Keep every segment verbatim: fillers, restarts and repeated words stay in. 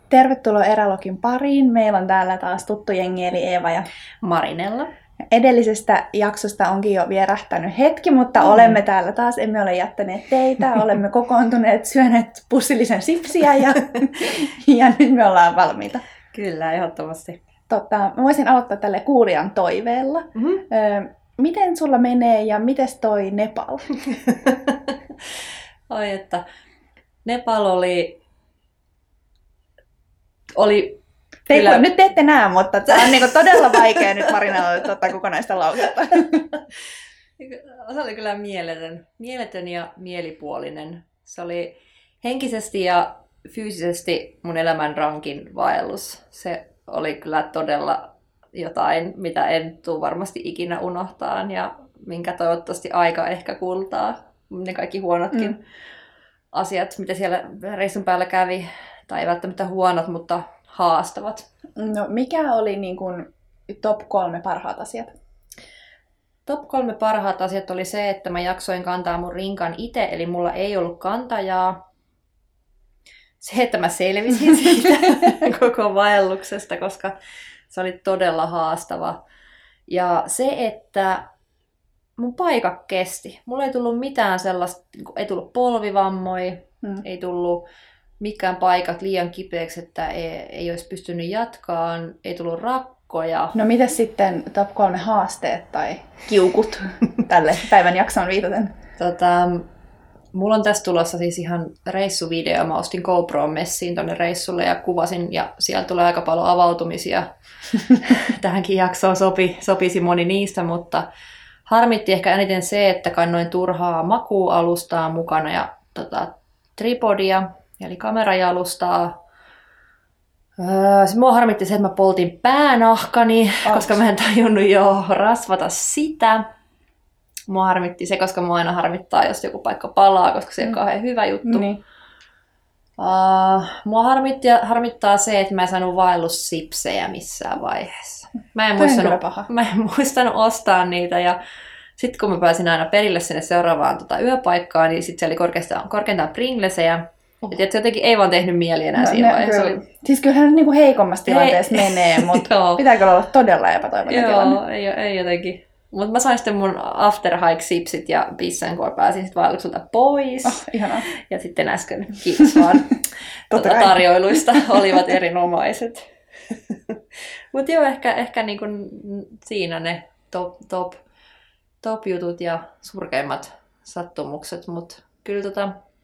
Tervetuloa Erälogin pariin. Meillä on täällä taas tuttu jengi eli Eeva ja Marinella. Edellisestä jaksosta onkin jo vierähtänyt hetki, mutta mm. olemme täällä taas. Emme ole jättäneet teitä. Olemme kokoontuneet, syöneet pussillisen sipsiä ja, ja nyt me ollaan valmiita. Kyllä, ehdottomasti. Tota, mä voisin aloittaa tälle kuulijan toiveella. Mm-hmm. Ö, miten sulla menee ja mites toi Nepal? Oi, että Nepal oli... oli Te kyllä... Nyt te ette näe, mutta tämä on niinku todella vaikea nyt Marinalle ottaa kokonaista lausetta. Se oli kyllä mieletön, mieletön ja mielipuolinen. Se oli henkisesti ja fyysisesti mun elämän rankin vaellus. Se oli kyllä todella jotain, mitä en tule varmasti ikinä unohtaan ja minkä toivottavasti aika ehkä kultaa. Ne kaikki huonotkin mm. asiat, mitä siellä reissun päällä kävi. Tai ei välttämättä huonot, mutta haastavat. No, mikä oli niin kuin top kolme parhaat asiat? Top kolme parhaat asiat oli se, että mä jaksoin kantaa mun rinkan itse, eli mulla ei ollut kantajaa. Se, että mä selvisin siitä koko vaelluksesta, koska se oli todella haastava. Ja se, että mun paikka kesti. Mulla ei tullut mitään sellaista, ei tullut polvivammoja, hmm. ei tullut mitkään paikat liian kipeäksi, että ei, ei olisi pystynyt jatkaan, ei tullut rakkoja. No mitäs sitten top kolme haasteet tai kiukut tälle päivän jaksoon viitaten? Tota, mulla on tässä tulossa siis ihan reissuvideo. Mä ostin GoProon messiin tonne reissulle ja kuvasin, ja siellä tulee aika paljon avautumisia. Tähänkin jaksoon sopi, sopisi moni niistä, mutta harmitti ehkä eniten se, että kannoin turhaa makuualustaa mukana ja tota, tripodia. Eli kamerajalustaa. Öö, mua harmitti se, että mä poltin päänahkani, oh. koska mä en tajunnut jo rasvata sitä. Mua harmitti se, koska mua aina harmittaa, jos joku paikka palaa, koska se mm. on kauhean hyvä juttu. Niin. Uh, mua harmitti, harmittaa se, että mä en saanut vaellussipsejä missään vaiheessa. Mä en, muistanut, mä en muistanut ostaa niitä. Ja sitten kun mä pääsin aina perille sinne seuraavaan tota, yöpaikkaan, niin sitten siellä oli korkeintaan, korkeintaan Pringlesejä. Oh. Ja se jotenkin ei vaan tehnyt mieli enää no, siinä vaiheessa. Oli... Siis kyllähän niinku heikommassa tilanteessa Hei. menee, mutta pitääkö olla todella epätoivoinen tilanne? Joo, ei, ei jotenkin. Mutta mä sain sitten mun after hike sipsit ja pissan, kun pääsin sitten vaellukselta pois. Oh, ihanaa. Ja sitten äsken, kiitos vaan tuota, tarjoiluista, olivat erinomaiset. Mutta joo, ehkä, ehkä niinku siinä ne top, top, top jutut ja surkeimmat sattumukset. Mutta kyllä tota...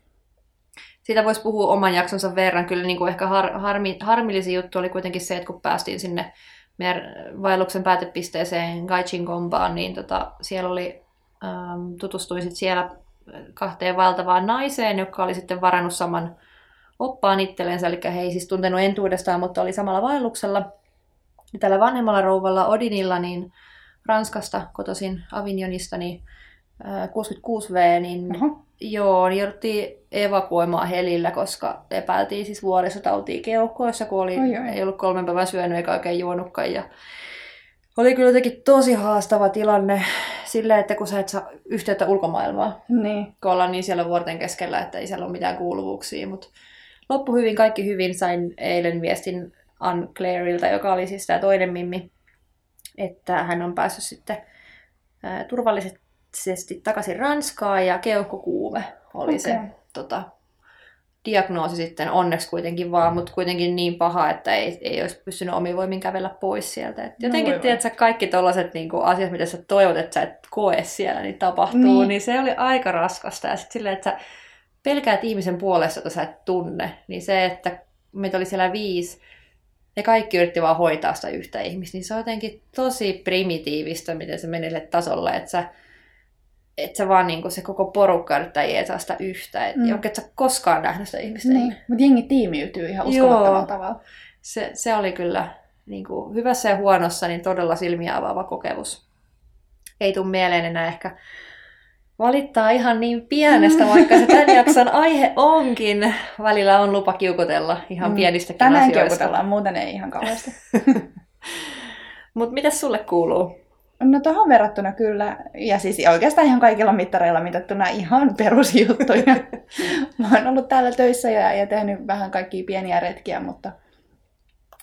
Siitä voisi puhua oman jaksonsa verran. Kyllä niin kuin ehkä har, harmi, harmillisin juttu oli kuitenkin se, että kun päästiin sinne meidän vaelluksen päätepisteeseen Gaichingombaan, niin tota, siellä oli, ähm, tutustuin sit siellä kahteen vaeltavaan naiseen, joka oli sitten varannut saman oppaan itsellensä. Eli he ei siis tuntenut entuudestaan, mutta oli samalla vaelluksella. Ja tällä vanhemmalla rouvalla Odinilla, niin Ranskasta, kotoisin Avignonista, niin äh, kuusikymmentäkuusi vuotias, niin uh-huh. Joo, niin jouduttiin evakuoimaan helillä, koska epäiltiin siis vuorisotautia keuhkoissa, kun oli, oi, oi. ei ollut kolmen päivän syönyt eikä oikein juonutkaan. Ja oli kyllä jotenkin tosi haastava tilanne silleen, että kun sä et saa yhteyttä ulkomaailmaa, niin. kun ollaan niin siellä vuorten keskellä, että ei siellä ole mitään kuuluvuuksia. Mutta loppu hyvin, kaikki hyvin. Sain eilen viestin Ann Clairilta, joka oli siis tämä toinen mimmi, että hän on päässyt sitten ää, turvallisesti takaisin Ranskaan ja keuhkokuume oli okay. se tota, diagnoosi sitten onneksi kuitenkin vaan, mutta kuitenkin niin paha, että ei, ei olisi pystynyt omin voimin kävellä pois sieltä. Et jotenkin no, tiedät, sä, kaikki tollaiset niinku, asiat, mitä sä toivot, että sä et koe siellä, niin tapahtuu, niin, niin se oli aika raskasta. Ja sitten silleen, että sä pelkäät ihmisen puolesta, jota sä et tunne, niin se, että meitä oli siellä viisi, ja kaikki yritti vaan hoitaa sitä yhtä ihmistä, niin se on jotenkin tosi primitiivistä, miten se meni sille tasolle, että sä että se vaan niinku se koko porukka yrittää jeesaa sitä yhtä, et, mm. et sä koskaan nähnyt sitä ihmistä. Niin. Mutta jengi tiimiytyy ihan uskomattomalla tavalla. Se, se oli kyllä niinku, hyvässä ja huonossa niin todella silmiä avaava kokemus. Ei tule mieleen enää ehkä valittaa ihan niin pienestä, vaikka se tämän jakson aihe onkin. Välillä on lupa kiukutella ihan mm. pienistäkin Tänään asioista. Tänään kiukutellaan, muuten ei ihan kauheasti. Mutta mitäs sulle kuuluu? No tuohon verrattuna kyllä, ja siis oikeastaan ihan kaikilla mittareilla mitattuna ihan perusjuttuja. Mä oon ollut täällä töissä ja, ja tehnyt vähän kaikkia pieniä retkiä, mutta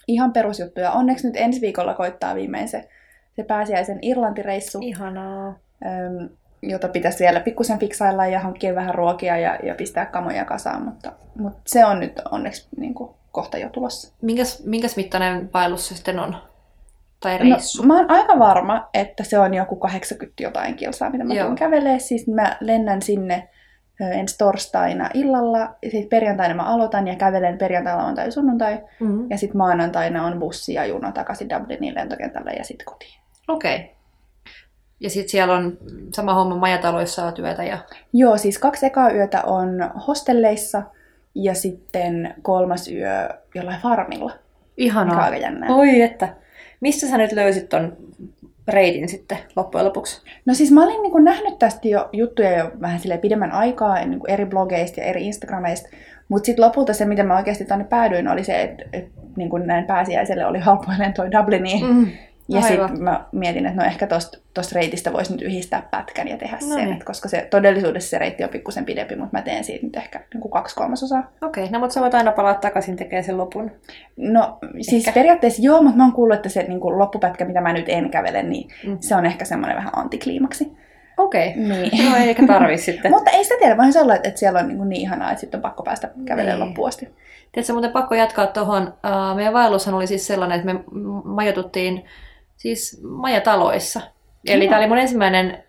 Ihan perusjuttuja. Onneksi nyt ensi viikolla koittaa viimein se, se pääsiäisen Irlantireissu. Ihanaa. Öm, jota pitäisi vielä pikkusen fiksailla ja hankkia vähän ruokia ja, ja pistää kamoja kasaan, mutta, mutta se on nyt onneksi niin kuin, kohta jo tulossa. Minkäs, minkäs mittainen vaellus se sitten on? Tai reissu? No, mä oon aika varma, että se on joku kahdeksankymmentä jotain kilsaa, mitä mä tuun kävelee. Siis mä lennän sinne ensi torstaina illalla, sitten perjantaina mä aloitan ja kävelen perjantai, lauantai, sunnuntai. Mm-hmm. Ja sitten maanantaina on bussi ja juno takaisin Dublinin lentokentälle ja sitten kotiin. Okei. Okay. Ja sitten siellä on sama homma majataloissa työtä ja... Joo, siis kaksi ekaa yötä on hostelleissa ja sitten kolmas yö jollain farmilla. Ihanaa. Mikä aika jännää. Oi että. Mistä sä nyt löysit ton reitin sitten loppujen lopuksi? No siis mä olin niin kuin nähnyt tästä jo juttuja jo vähän silleen pidemmän aikaa niin kuin eri blogeista ja eri Instagrameista. Mutta sitten lopulta se, mitä mä oikeasti tänne päädyin, oli se, että et, niin kuin näin pääsiäiselle oli halpoin lentoi Dubliniin. Mm. Ja sitten mä mietin, että no ehkä tuosta reitistä voisi nyt yhdistää pätkän ja tehdä no sen, niin. Koska se todellisuudessa se reitti on pikkusen pidempi, mutta mä teen siitä nyt ehkä niin kuin kaksi kolmasosaa. Okei, no mutta sä voit aina palata takaisin tekemään sen lopun. No siis ehkä. Periaatteessa joo, mutta mä oon kuullut, että se niin kuin loppupätkä, mitä mä nyt en kävele, niin mm. se on ehkä semmoinen vähän antikliimaksi. Okei, niin. No ei eikä tarvii sitten. Mutta ei sitä tiedä, voihan se olla, että siellä on niin, niin ihanaa, että sitten on pakko päästä kävelemään niin. Loppuun asti. Tiedätkö, muuten pakko jatkaa tuohon. Uh, meidän vaellushan oli siis sellainen, että me majoituttiin siis majataloissa. Eli tämä oli mun ensimmäinen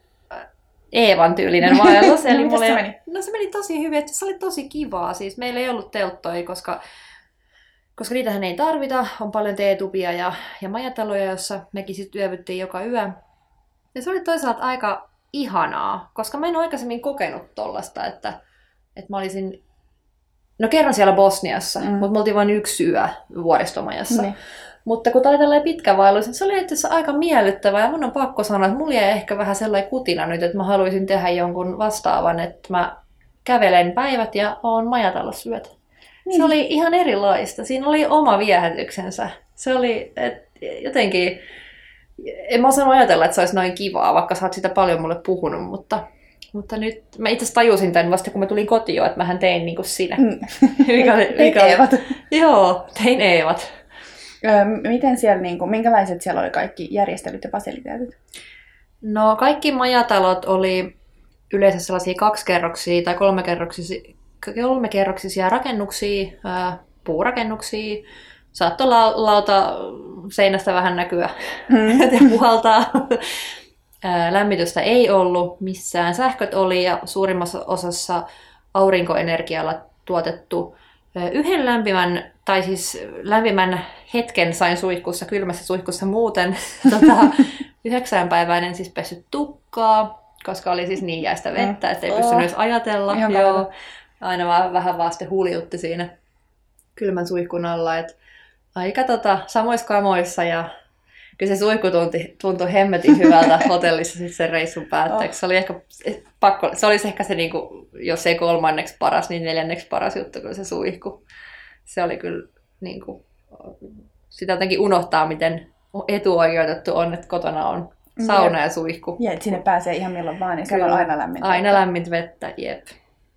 Eevan tyylinen vaellus. Eli mulle... se meni? No se meni tosi hyvin, että se oli tosi kivaa. Siis meillä ei ollut telttoja, koska, koska niitähän ei tarvita. On paljon teetupia ja, ja majataloja, joissa mekin sitten yövyttiin joka yö. Ja se oli toisaalta aika ihanaa, koska mä en ole aikaisemmin kokenut tollasta, että, että mä olisin... No kerran siellä Bosniassa, mm. mutta me oltiin vain yksi yö vuoristomajassa. Mm. Mutta kun tämä oli tällainen pitkä vaellus, niin se oli itse asiassa aika miellyttävää. Ja mun on pakko sanoa, että mulla jäi ehkä vähän sellainen kutina nyt, että mä haluaisin tehdä jonkun vastaavan, että mä kävelen päivät ja oon majatalossa yötä. Niin. Se oli ihan erilaista. Siinä oli oma viehätyksensä. Se oli et, jotenkin... En mä osannut ajatella, että se olisi noin kivaa, vaikka sä oot sitä paljon mulle puhunut, mutta... Mutta nyt mä itse asiassa tajusin tämän vasta, kun mä tulin kotiin, että mähän tein niin kuin sinä. Mm. mikä, mikä, Teit Eevat. Joo, tein Eevat. Öö, miten siellä, niin kuin, minkälaiset siellä oli kaikki järjestelyt ja fasiliteetit? No kaikki majatalot oli yleensä sellaisia kaksikerroksia tai kolmekerroksisia, kolmekerroksisia rakennuksia, ää, puurakennuksia. Saattoi la- lauta seinästä vähän näkyä mm. ja puhaltaa. Lämmitystä ei ollut missään. Sähköt oli ja suurimmassa osassa aurinkoenergialla tuotettu. Yhden lämpimän, tai siis lämpimän hetken sain suihkussa, kylmässä suihkussa muuten. tota, yhdeksänpäiväinen siis pessyt tukkaa, koska oli siis niin jäistä vettä, että ei oh. pystynyt edes ajatella. Joo. Aina vaan, vähän vaan sitten huljutti siinä kylmän suihkun alla. Et aika tota, samoissa kamoissa ja kyllä se suihku tuntui, tuntui hemmetin hyvältä hotellissa sitten sen reissun päätteeksi. Se oli ehkä pakko, se olisi ehkä se, niin kuin, jos ei kolmanneksi paras, niin neljänneksi paras juttu, kyllä se suihku. Se oli kyllä, niin kuin, sitä jotenkin unohtaa, miten etuoikeutettu on, että kotona on sauna ja suihku. Ja että sinne pääsee ihan milloin vaan, niin siellä on aina lämmintä. Aina lämmintä vettä, jep.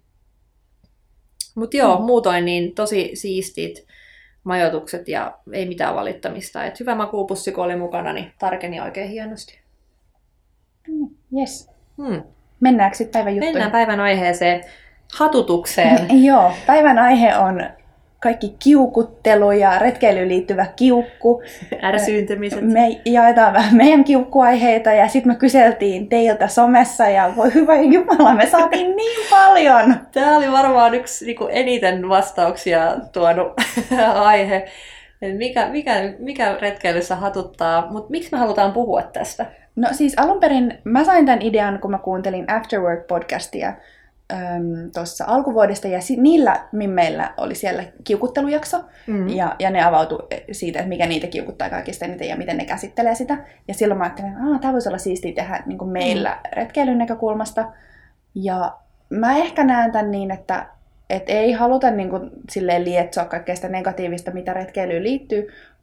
Mutta joo, mm. muutoin niin tosi siistit majoitukset ja ei mitään valittamista. Et hyvä makuupussi, kun oli mukana, niin tarkeni oikein hienosti. Mm, yes. Hmm. Mennäänkö sitten päivän juttuihin? Mennään päivän aiheeseen, hatutukseen. Joo, päivän aihe on kaikki kiukuttelu ja retkeilyyn liittyvä kiukku. Ärsyyntymiset. Me jaetaan vähän meidän kiukkuaiheita ja sitten me kyseltiin teiltä somessa ja voi hyvä jumala, me saatiin niin paljon. Tämä oli varmaan yksi niin kuin eniten vastauksia tuonut aihe. Mikä, mikä, mikä retkeilyssä hatuttaa, mutta miksi me halutaan puhua tästä? No siis alun perin mä sain tämän idean, kun mä kuuntelin After Work-podcastia tuossa alkuvuodesta, ja si- niillä mimmeillä oli siellä kiukuttelujakso, mm. ja, ja ne avautui siitä, että mikä niitä kiukuttaa kaikista eniten, ja miten ne käsittelee sitä. Ja silloin mä ajattelin, että tämä voisi olla siistiä tehdä niin kuin meillä mm. retkeilyn näkökulmasta. Ja mä ehkä näen tämän niin, että et ei haluta niin kuin, silleen lietsoa kaikkea sitä negatiivista, mitä retkeilyyn liittyy,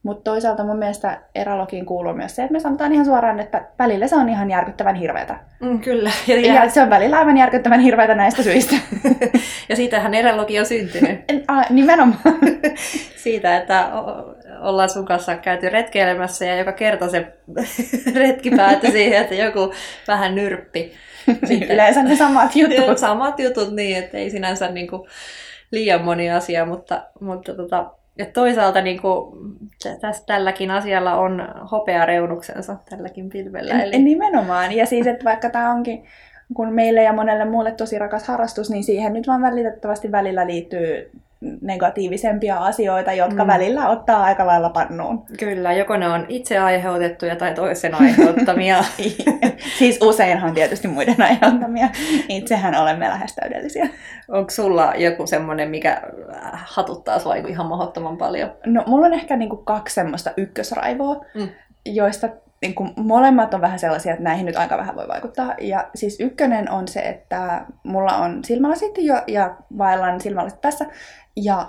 Mutta toisaalta mun mielestä eralogiin kuuluu myös se, että me sanotaan ihan suoraan, että välillä se on ihan järkyttävän hirveätä. Mm, kyllä. Ja, ja se on välillä aivan järkyttävän hirveätä näistä syistä. Ja siitähän eralogi on syntynyt. A, nimenomaan. Siitä, että ollaan sun kanssa käyty retkeilemässä ja joka kerta se retki päätyi siihen, että joku vähän nyrppi. Sitten yleensä ne samat jutut. Samat jutut niin, että ei sinänsä niin kuin liian moni asia, mutta, mutta tota, ja toisaalta niin kuin, tässä, tälläkin asialla on hopeareunuksensa, tälläkin pilvellä. Eli... Nimenomaan. Ja siis, että vaikka tämä onkin kun meille ja monelle muulle tosi rakas harrastus, niin siihen nyt vaan valitettavasti välillä liittyy negatiivisempia asioita, jotka mm. välillä ottaa aika lailla pannuun. Kyllä, joko ne on itse aiheutettuja tai toisen aiheuttamia. Siis useinhan tietysti muiden aiheuttamia. Itsehän olemme lähes täydellisiä. Onko sulla joku semmoinen, mikä hatuttaa sua ihan mahdottoman paljon? No, mulla on ehkä niinku kaksi semmoista ykkösraivoa, mm. joista niin kuin molemmat on vähän sellaisia, että näihin nyt aika vähän voi vaikuttaa. Ja siis ykkönen on se, että mulla on silmälasit jo ja vaellan silmälasit tässä. Ja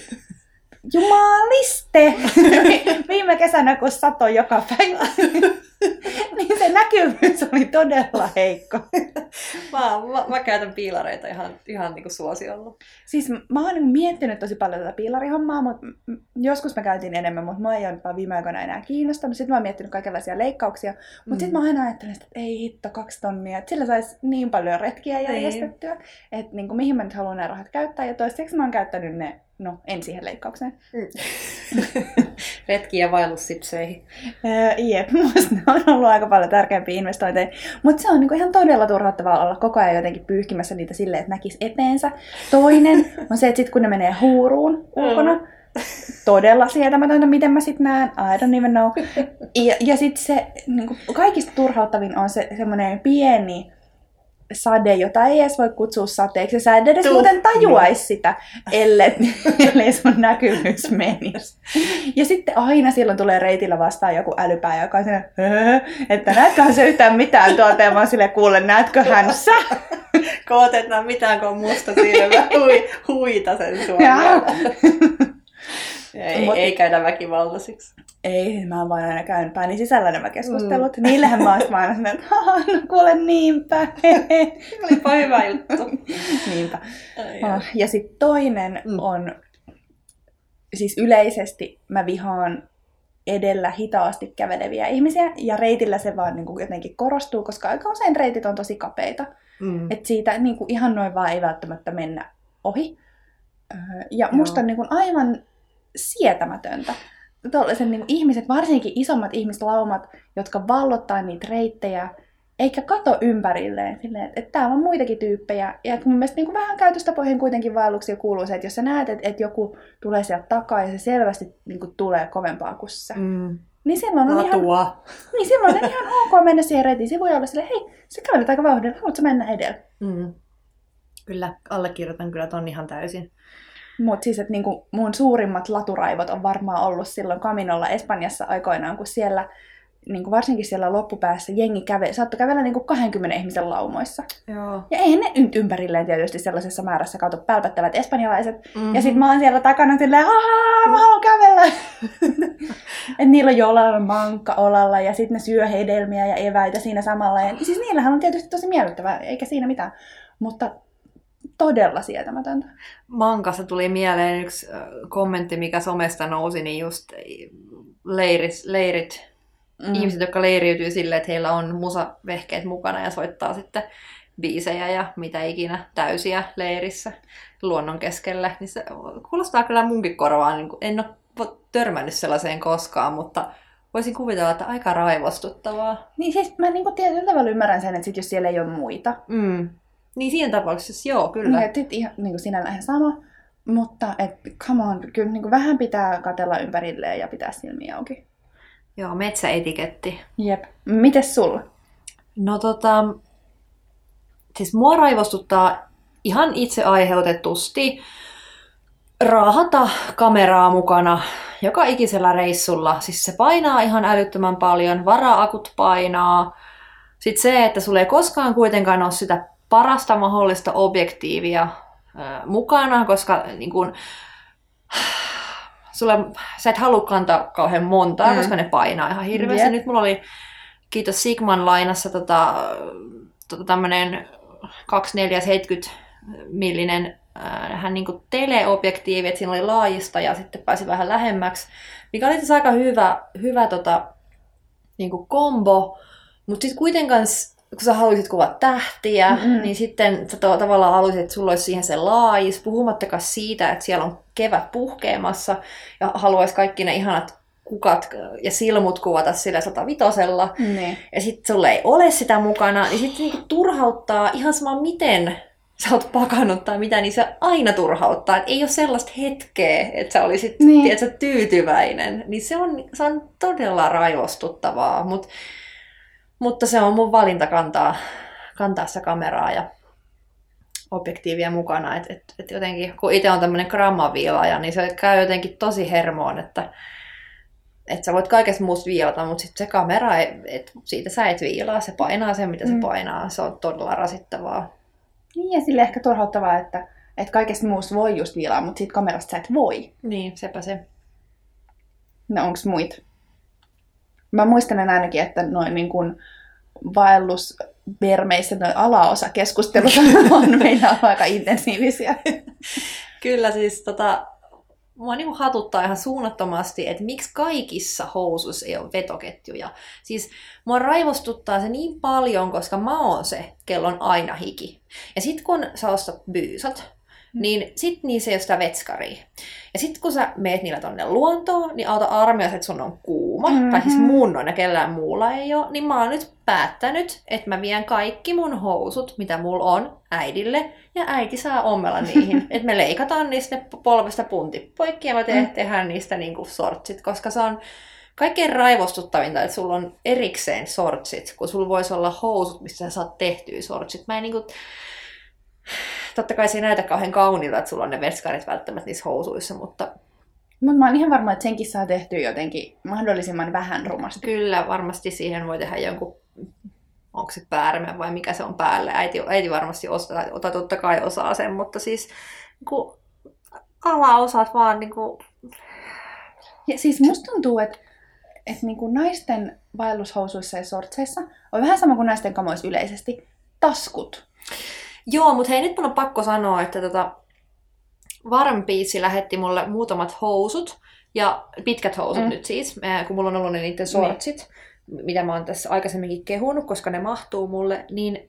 jumaliste! Viime kesänä, kun satoi joka päivä, niin se näkyvyys oli todella heikko. Mä, mä, mä käytän piilareita ihan, ihan niin kuin suosiolla. Siis mä oon miettinyt tosi paljon tätä piilarihommaa, mutta joskus mä käytin enemmän, mutta mä ei ole viime aikoina enää kiinnostanut. Sitten mä oon miettinyt kaikenlaisia leikkauksia, mutta mm. sitten mä aina ajattelin, että ei hitto, kaksi tonnia, että sillä saisi niin paljon retkiä järjestettyä, että niin kuin, mihin mä nyt haluan nämä rahat käyttää. Ja toistaiseksi mä oon käyttänyt ne, no en siihen leikkaukseen. Mm. Retki- ja vaellussipseihin. Öö, jep, musta ne on ollut aika paljon tärkeämpiä investointeja. Mutta se on niinku ihan todella turhauttavaa olla koko ajan jotenkin pyyhkimässä niitä silleen, että näkisi eteensä. Toinen on se, että sit kun ne menee huuruun ulkona, todella sietämätöntä, miten mä sit näen. I don't even know. Ja, ja sitten se niinku, kaikista turhauttavin on se semmoinen pieni sade, jota ei edes voi kutsua sateeksi. Sä et edes muuten tajuaisi sitä, ellei, ellei sun näkyvyys menisi. Ja sitten aina silloin tulee reitillä vastaan joku älypää, joka on siinä, että näetköhän se yhtään mitään tuolta, ja mä oon silleen, kuule, näetköhän sä? Koot et näe mitään, kun on musta silmä, hui, huita sen sua. Ei, Mut, ei käydä väkivaltaisiksi. Ei, mä oon vaan aina käynyt pääni sisällä nämä keskustelut. Mm. Niillehän mä oon aina sanonut, että no kuule niinpä. Olipa hyvä juttu. Niinpä. Oh, ja sitten toinen mm. on, siis yleisesti mä vihaan edellä hitaasti käveleviä ihmisiä. Ja reitillä se vaan niin kuin jotenkin korostuu, koska aika usein reitit on tosi kapeita. Mm. Että siitä niin kuin ihan noin vaan ei välttämättä mennä ohi. Ja Joo. musta on niin kuin aivan sietämätöntä. Tuollaiset niin ihmiset, varsinkin isommat ihmislaumat, jotka vallottaa niitä reittejä, eikä kato ympärilleen silleen, että, että täällä on muitakin tyyppejä. Ja mun mielestä niin kuin vähän käytöstapoihin kuitenkin vaelluksia kuuluu se, että jos sä näet, että, että joku tulee sieltä takaa ja se selvästi niin kuin tulee kovempaa kuin sä, mm. niin silloin on ihan, niin silloin on ihan ok mennä siihen reitiin. Se voi olla silleen, hei, sä kävelet aika vauhdilla, haluatko mennä edellä? Mm. Kyllä, allekirjoitan kyllä ton ihan täysin. Mutta siis, että niinku mun suurimmat laturaivot on varmaan ollut silloin Caminolla Espanjassa aikoinaan, kun siellä, niinku varsinkin siellä loppupäässä, jengi käve, saattoi kävellä niinku kaksikymmentä ihmisen laumoissa. Joo. Ja eihän ne nyt ympärilleen tietysti sellaisessa määrässä kato pälpättävät espanjalaiset. Mm-hmm. Ja sit mä oon siellä takana silleen, ahaa, mä haluan kävellä. Et niillä on jollain mankka olalla ja sit ne syö hedelmiä ja eväitä siinä samalla. Ja siis niillähän on tietysti tosi miellyttävää, eikä siinä mitään. Mutta todella sietämätöntä. Mankassa tuli mieleen yksi kommentti, mikä somesta nousi, niin just leiris, leirit, mm. ihmiset, jotka leiriytyy silleen, että heillä on musavehkeet mukana ja soittaa sitten biisejä ja mitä ikinä täysiä leirissä luonnon keskellä. Niin se kuulostaa kyllä munkin korvaan. Niin en ole törmännyt sellaiseen koskaan, mutta voisin kuvitella, että aika raivostuttavaa. Niin siis mä niin tietyllä tavalla ymmärrän sen, että sit jos siellä ei ole muita. Mm. Niin siinä tapauksessa joo, kyllä. Niin, että ihan niin sinällä ihan sama, mutta et, come on, kyllä niin vähän pitää katsella ympärilleen ja pitää silmiä auki. Joo, metsäetiketti. Jep. Mites sulla? No tota, siis mua raivostuttaa ihan itse aiheutetusti raahata kameraa mukana joka ikisellä reissulla. Siis se painaa ihan älyttömän paljon, vara-akut painaa. Sitten se, että sulla ei koskaan kuitenkaan ole sitä parasta mahdollista objektiivia äh, mukana, koska niin kun, sulla, sä et halua kantaa kauhean montaa, mm. koska ne painaa ihan hirveästi. Yep. Nyt mulla oli, kiitos Sigman lainassa, tota, tota tämmönen kaksikymmentäneljä seitsemänkymmentä millinen äh, hän niinku teleobjektiivi, että siinä oli laajista ja sitten pääsi vähän lähemmäksi, mikä oli tässä aika hyvä, hyvä tota, niinku kombo, mutta sitten kuitenkaan kun sä haluaisit kuvata tähtiä, mm-hmm. niin sitten sä to- tavallaan haluaisit, että sulla olisi siihen se laajis, puhumattakaan siitä, että siellä on kevät puhkeamassa ja haluaisi kaikki ne ihanat kukat ja silmut kuvata sillä satavitosella. Mm. Ja sitten sulla ei ole sitä mukana, niin sitten niinku turhauttaa ihan sama miten sä oot pakannut tai mitä, niin se aina turhauttaa. Et ei ole sellaista hetkeä, että sä olisit niin. tiedätkö, tyytyväinen. Niin se on, se on todella raivostuttavaa, Mut, mutta se on mun valinta kantaa, kantaa sitä kameraa ja objektiivia mukana. Et, et, et jotenkin, kun itse on tämmöinen grammaviilaaja, niin se käy jotenkin tosi hermoon, että et sä voit kaikesta muusta viilata, mutta sitten se kamera, et, siitä sä et viilaa, se painaa sen, mitä se mm. painaa. Se on todella rasittavaa. Niin, ja sille ehkä turhauttavaa, että, että kaikesta muusta voi just viilaa, mutta siitä kamerasta sä et voi. Niin, sepä se. No onks muita? Mä muistan ainakin, että noin niin kuin vaellusvermeissä noin alaosakeskustelut on meillä aika intensiivisiä. Kyllä siis tota, mua niin kuin hatuttaa ihan suunnattomasti, että miksi kaikissa housuissa ei ole vetoketjuja. Siis mua raivostuttaa se niin paljon, koska mä oon se, kello on aina hiki. Ja sit kun sä ostat byysat, niin sit niissä ei ole sitä vetskaria. Ja sit kun sä meet niillä tonne luontoon, niin auta armias, että sun on kuuma, mm-hmm. tai siis mun on ja kellään muulla ei ole, niin mä oon nyt päättänyt, että mä vien kaikki mun housut, mitä mulla on, äidille, ja äiti saa ommella niihin. Että me leikataan niistä polvesta puntit poikki, ja mä te- tehdään niistä niinku sortsit, koska se on kaikkein raivostuttavinta, että sulla on erikseen sortsit, kun sulla voisi olla housut, missä sä saat tehtyä sortsit. Mä en niinku... Totta kai se ei näytä kauhean kauniilta, että sulla on ne vetskarit välttämättä niissä housuissa, mutta... Mutta mä oon ihan varma, että senkin saa tehtyä jotenkin mahdollisimman vähän rumasti. Kyllä, varmasti siihen voi tehdä jonkun... Onko se päärmä vai mikä se on päällä? Äiti, äiti varmasti osaa, ota totta kai osaa sen, mutta siis niin alaosat vaan niin kuin... Ja siis musta tuntuu, että, että niin kuin naisten vaellushousuissa ja sortseissa on vähän sama kuin naisten kamoissa yleisesti. Taskut. Joo, mutta hei, nyt mun on pakko sanoa, että tota, Varmpiisi lähetti mulle muutamat housut, ja pitkät housut mm. nyt siis, kun mulla on ollut ne niiden sortsit, niin. mitä mä oon tässä aikaisemminkin kehunut, koska ne mahtuu mulle, niin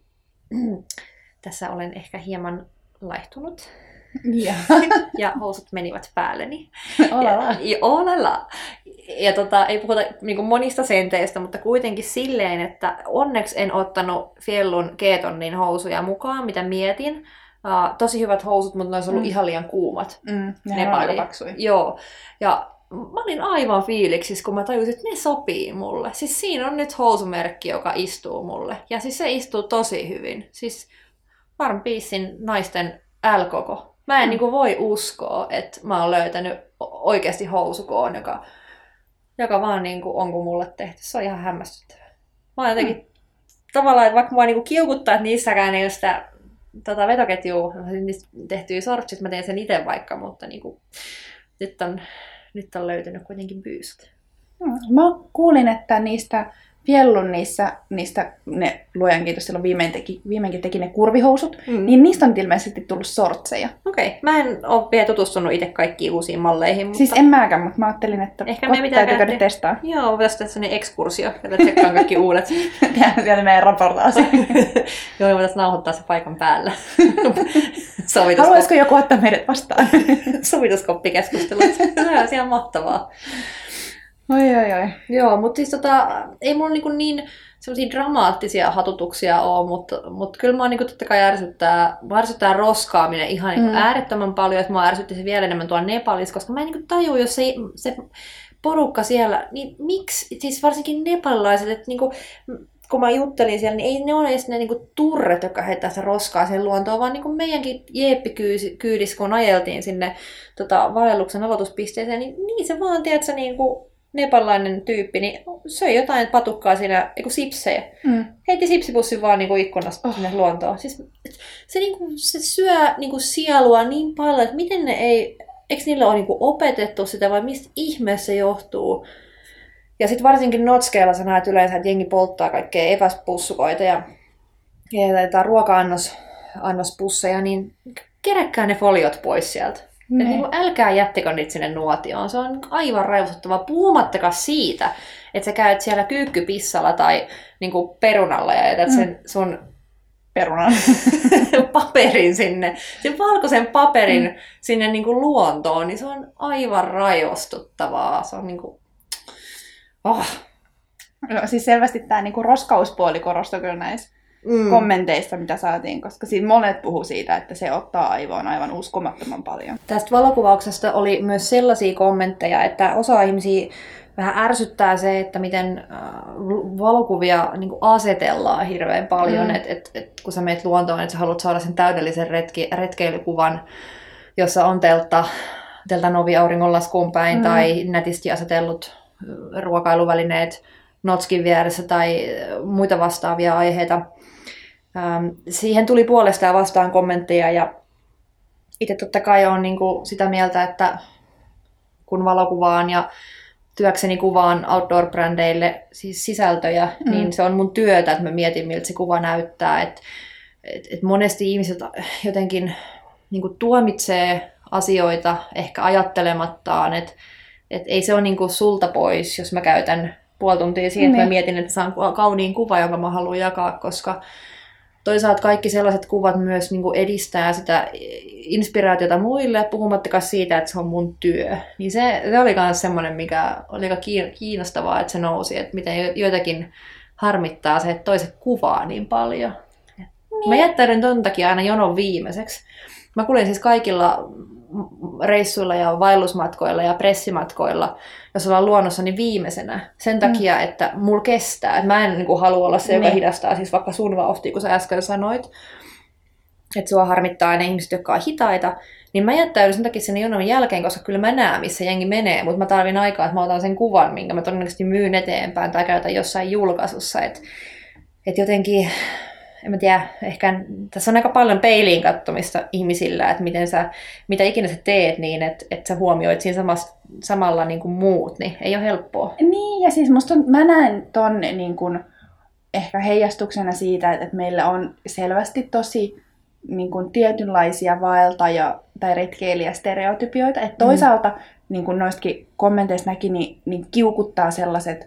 tässä olen ehkä hieman laihtunut. Ja, ja housut menivät päälleni. olala. Ja, olala. Ja tota, ei puhuta niin kuin monista senteistä, mutta kuitenkin silleen, että onneksi en ottanut Fjellun Keetonnin housuja mukaan, mitä mietin. Uh, tosi hyvät housut, mutta ne olisi ollut mm. ihan liian kuumat. Mm, ne on aika paksui. Joo. Ja mä olin aivan fiiliksissä, kun mä tajusin, että ne sopii mulle. Siis siinä on nyt housumerkki, joka istuu mulle. Ja siis se istuu tosi hyvin. Siis Varmpiisin naisten L-koko. Mä en mm. niin kuin voi uskoa, että mä oon löytänyt oikeasti housukoon, joka, joka vaan niin kuin on kuin mulle tehty. Se on ihan hämmästyttävää. Mä oon jotenkin mm. tavallaan, että vaikka mua niin kuin kiukuttaa, että niissäkään ei ole sitä tota, vetoketjua, niistä tehtyä sortsit, mä teen sen itse vaikka, mutta niin kuin, nyt, on, nyt on löytynyt kuitenkin byysat. Mm. Mä kuulin, että niistä Fjellun niissä, niistä ne luojan kiitos silloin viimein teki, viimeinkin teki ne kurvihousut, mm. niin niistä on ilmeisesti tullut sortseja. Okei, okay. Mä en ole vielä tutustunut itse kaikkiin uusiin malleihin. Mutta... Siis en mäkään, mutta mä ajattelin, että ehkä me pitää käydä te... testaa. Joo, voitaisiin tehdä sellainen ekskursio, jota tsekkaan kaikki uudet. Tehdään sieltä meidän raportaasi. Joo, me voitaisiin nauhoittaa se paikan päällä. Haluaisiko joku ottaa meidät vastaan? Sovituskoppikeskustelut. Se on ihan mahtavaa. Oi, oi, oi. Joo, mutta siis tota, ei mulla niin, niin sellaisia dramaattisia hatutuksia ole, mutta, mutta kyllä mua niin totta kai ärsyttää, ärsyttää roskaaminen ihan niin mm. äärettömän paljon, että mua ärsytti se vielä enemmän tuolla Nepalissa, koska mä en niin tajua, jos se, se porukka siellä, niin miksi, siis varsinkin nepalilaiset, että niin kuin, kun mä juttelin siellä, niin ei ne ole edes ne niin kuin turret, jotka heittää sitä roskaa sen luontoon, vaan niin kuin meidänkin jeeppikyydissä, kun ajeltiin sinne tota, vaelluksen aloituspisteeseen, niin, niin se vaan, tiedätkö, niin kuin nepalilainen tyyppi, niin söi jotain patukkaa siinä, eiku sipsejä. Mm. Heitti sipsipussin vaan niinku ikkunasta oh. sinne luontoon. Siis, se, niinku, se syö niinku sielua niin paljon, että miten ne ei, eikö niille ole niinku opetettu sitä vai mistä ihmeessä se johtuu? Ja sitten varsinkin notskeilla sä näet yleensä, että jengi polttaa kaikkea eväspussukoita ja, ja ruoka-annospusseja, niin keräkkää ne foliot pois sieltä. Et niin älkää jättikö niitä sinne nuotioon. Se on aivan raivostuttavaa. Puhumattakaan siitä, että sä käyt siellä kyykkypissalla tai niinku perunalla ja jätät sen sun perunan paperin sinne, sen valkoisen paperin mm. sinne niinku luontoon, niin se on aivan raivostuttavaa. Se on niinku... Oh. No, siis selvästi tämä niinku roskauspuoli korostui kyllä näissä mm. kommenteissa, mitä saatiin, koska siinä monet puhuu siitä, että se ottaa aivoon aivan uskomattoman paljon. Tästä valokuvauksesta oli myös sellaisia kommentteja, että osa ihmisiä vähän ärsyttää se, että miten valokuvia niin kuin asetellaan hirveän paljon, mm. että et, et, kun sä meet luontoon, että sä haluat saada sen täydellisen retki, retkeilykuvan, jossa on teltta, teltta novi auringonlaskuun päin mm. tai nätisti asetellut ruokailuvälineet notskin vieressä tai muita vastaavia aiheita. Ähm, siihen tuli puolestaan vastaan kommentteja ja itse totta kai olen niin kuin sitä mieltä, että kun valokuvaan ja työkseni kuvaan outdoor-brändeille siis sisältöjä, mm. niin se on mun työtä, että mä mietin, miltä se kuva näyttää. Et, et, et monesti ihmiset jotenkin niin kuin tuomitsee asioita ehkä ajattelemattaan, että et ei se ole niin kuin sulta pois, jos mä käytän puoli tuntia siihen, että mä mietin, että saan kauniin kuva, jonka mä haluan jakaa, koska toisaalta kaikki sellaiset kuvat myös niin kuin edistää sitä inspiraatiota muille, puhumattakaan siitä, että se on mun työ. Niin se, se oli myös semmoinen, mikä oli aika kiinnostavaa, että se nousi, että miten joitakin harmittaa se, että toiset kuvaa niin paljon. Niin. Mä jättäydyn ton takia aina jonon viimeiseksi. Mä kuljen siis kaikilla reissuilla ja vaellusmatkoilla ja pressimatkoilla, jos ollaan luonnossa, niin viimeisenä. Sen takia, mm. että mulla kestää. Et mä en niin kuin, halua olla se, joka niin. hidastaa siis vaikka sun vauhtia, kun sä äsken sanoit. Että sua harmittaa ne ihmiset, jotka on hitaita. Niin mä jättäydyn sen takia sen jonon jälkeen, koska kyllä mä näen, missä jengi menee. Mutta mä tarvin aikaa, että mä otan sen kuvan, minkä mä todennäköisesti myyn eteenpäin tai käytän jossain julkaisussa. Että et jotenkin... En mä tiedä, ehkä tässä on aika paljon peiliin katsomista ihmisillä, että miten sä, mitä ikinä sä teet niin, että, että sä huomioit siinä samassa, samalla niin kuin muut, niin ei ole helppoa. Niin, ja siis musta on, mä näen ton niin kuin, ehkä heijastuksena siitä, että meillä on selvästi tosi niin kuin, tietynlaisia vaeltaja- tai retkeilijästereotypioita, että toisaalta, mm. niin kuin noistakin kommenteista näki, niin, niin kiukuttaa sellaiset,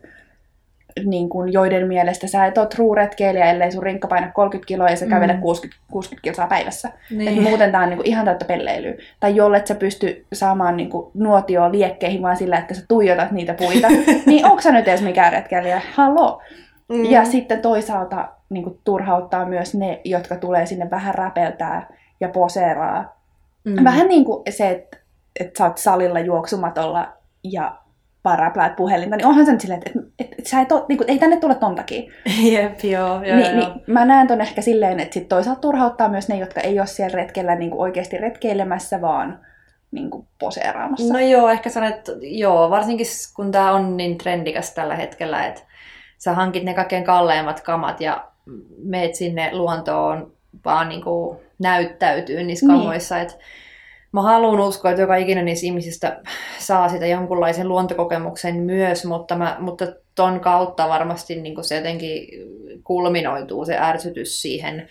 niin kuin joiden mielestä sä et ole true-retkeilijä, ellei sun rinkka paina kolmekymmentä kiloa ja sä kävele mm. kuusikymmentä, kuusikymmentä kilsaa päivässä. Niin. Et muuten tää on niin kuin ihan täyttä pelleilyä. Tai jollet sä pysty saamaan niin kuin nuotioon liekkeihin vaan sillä, että sä tuijotat niitä puita, niin onko sä nyt edes mikään retkeilijä? Haloo! Mm. Ja sitten toisaalta niin kuin turhauttaa myös ne, jotka tulee sinne vähän räpeltää ja poseeraa. Mm. Vähän niin kuin se, että, että sä oot salilla juoksumatolla ja paraplaat puhelinta, niin onhan se nyt silleen, että, että, että, että sä et ole, niin kuin, ei tänne tule ton takia. Jep, joo, joo, Ni, joo. Niin, mä näen ton ehkä silleen, että sit toisaalta turhauttaa myös ne, jotka ei ole siellä retkellä niin kuin oikeasti retkeilemässä, vaan niin kuin poseeraamassa. No joo, ehkä sanon, että joo, varsinkin kun tää on niin trendikäs tällä hetkellä, että sä hankit ne kaikkein kalleimmat kamat ja meet sinne luontoon vaan niin kuin näyttäytyy niissä kamoissa, niin. Että mä haluan uskoa, että joka ikinen niistä ihmisistä saa sitä jonkunlaisen luontokokemuksen myös, mutta, mä, mutta ton kautta varmasti niin se jotenkin kulminoituu se ärsytys siihen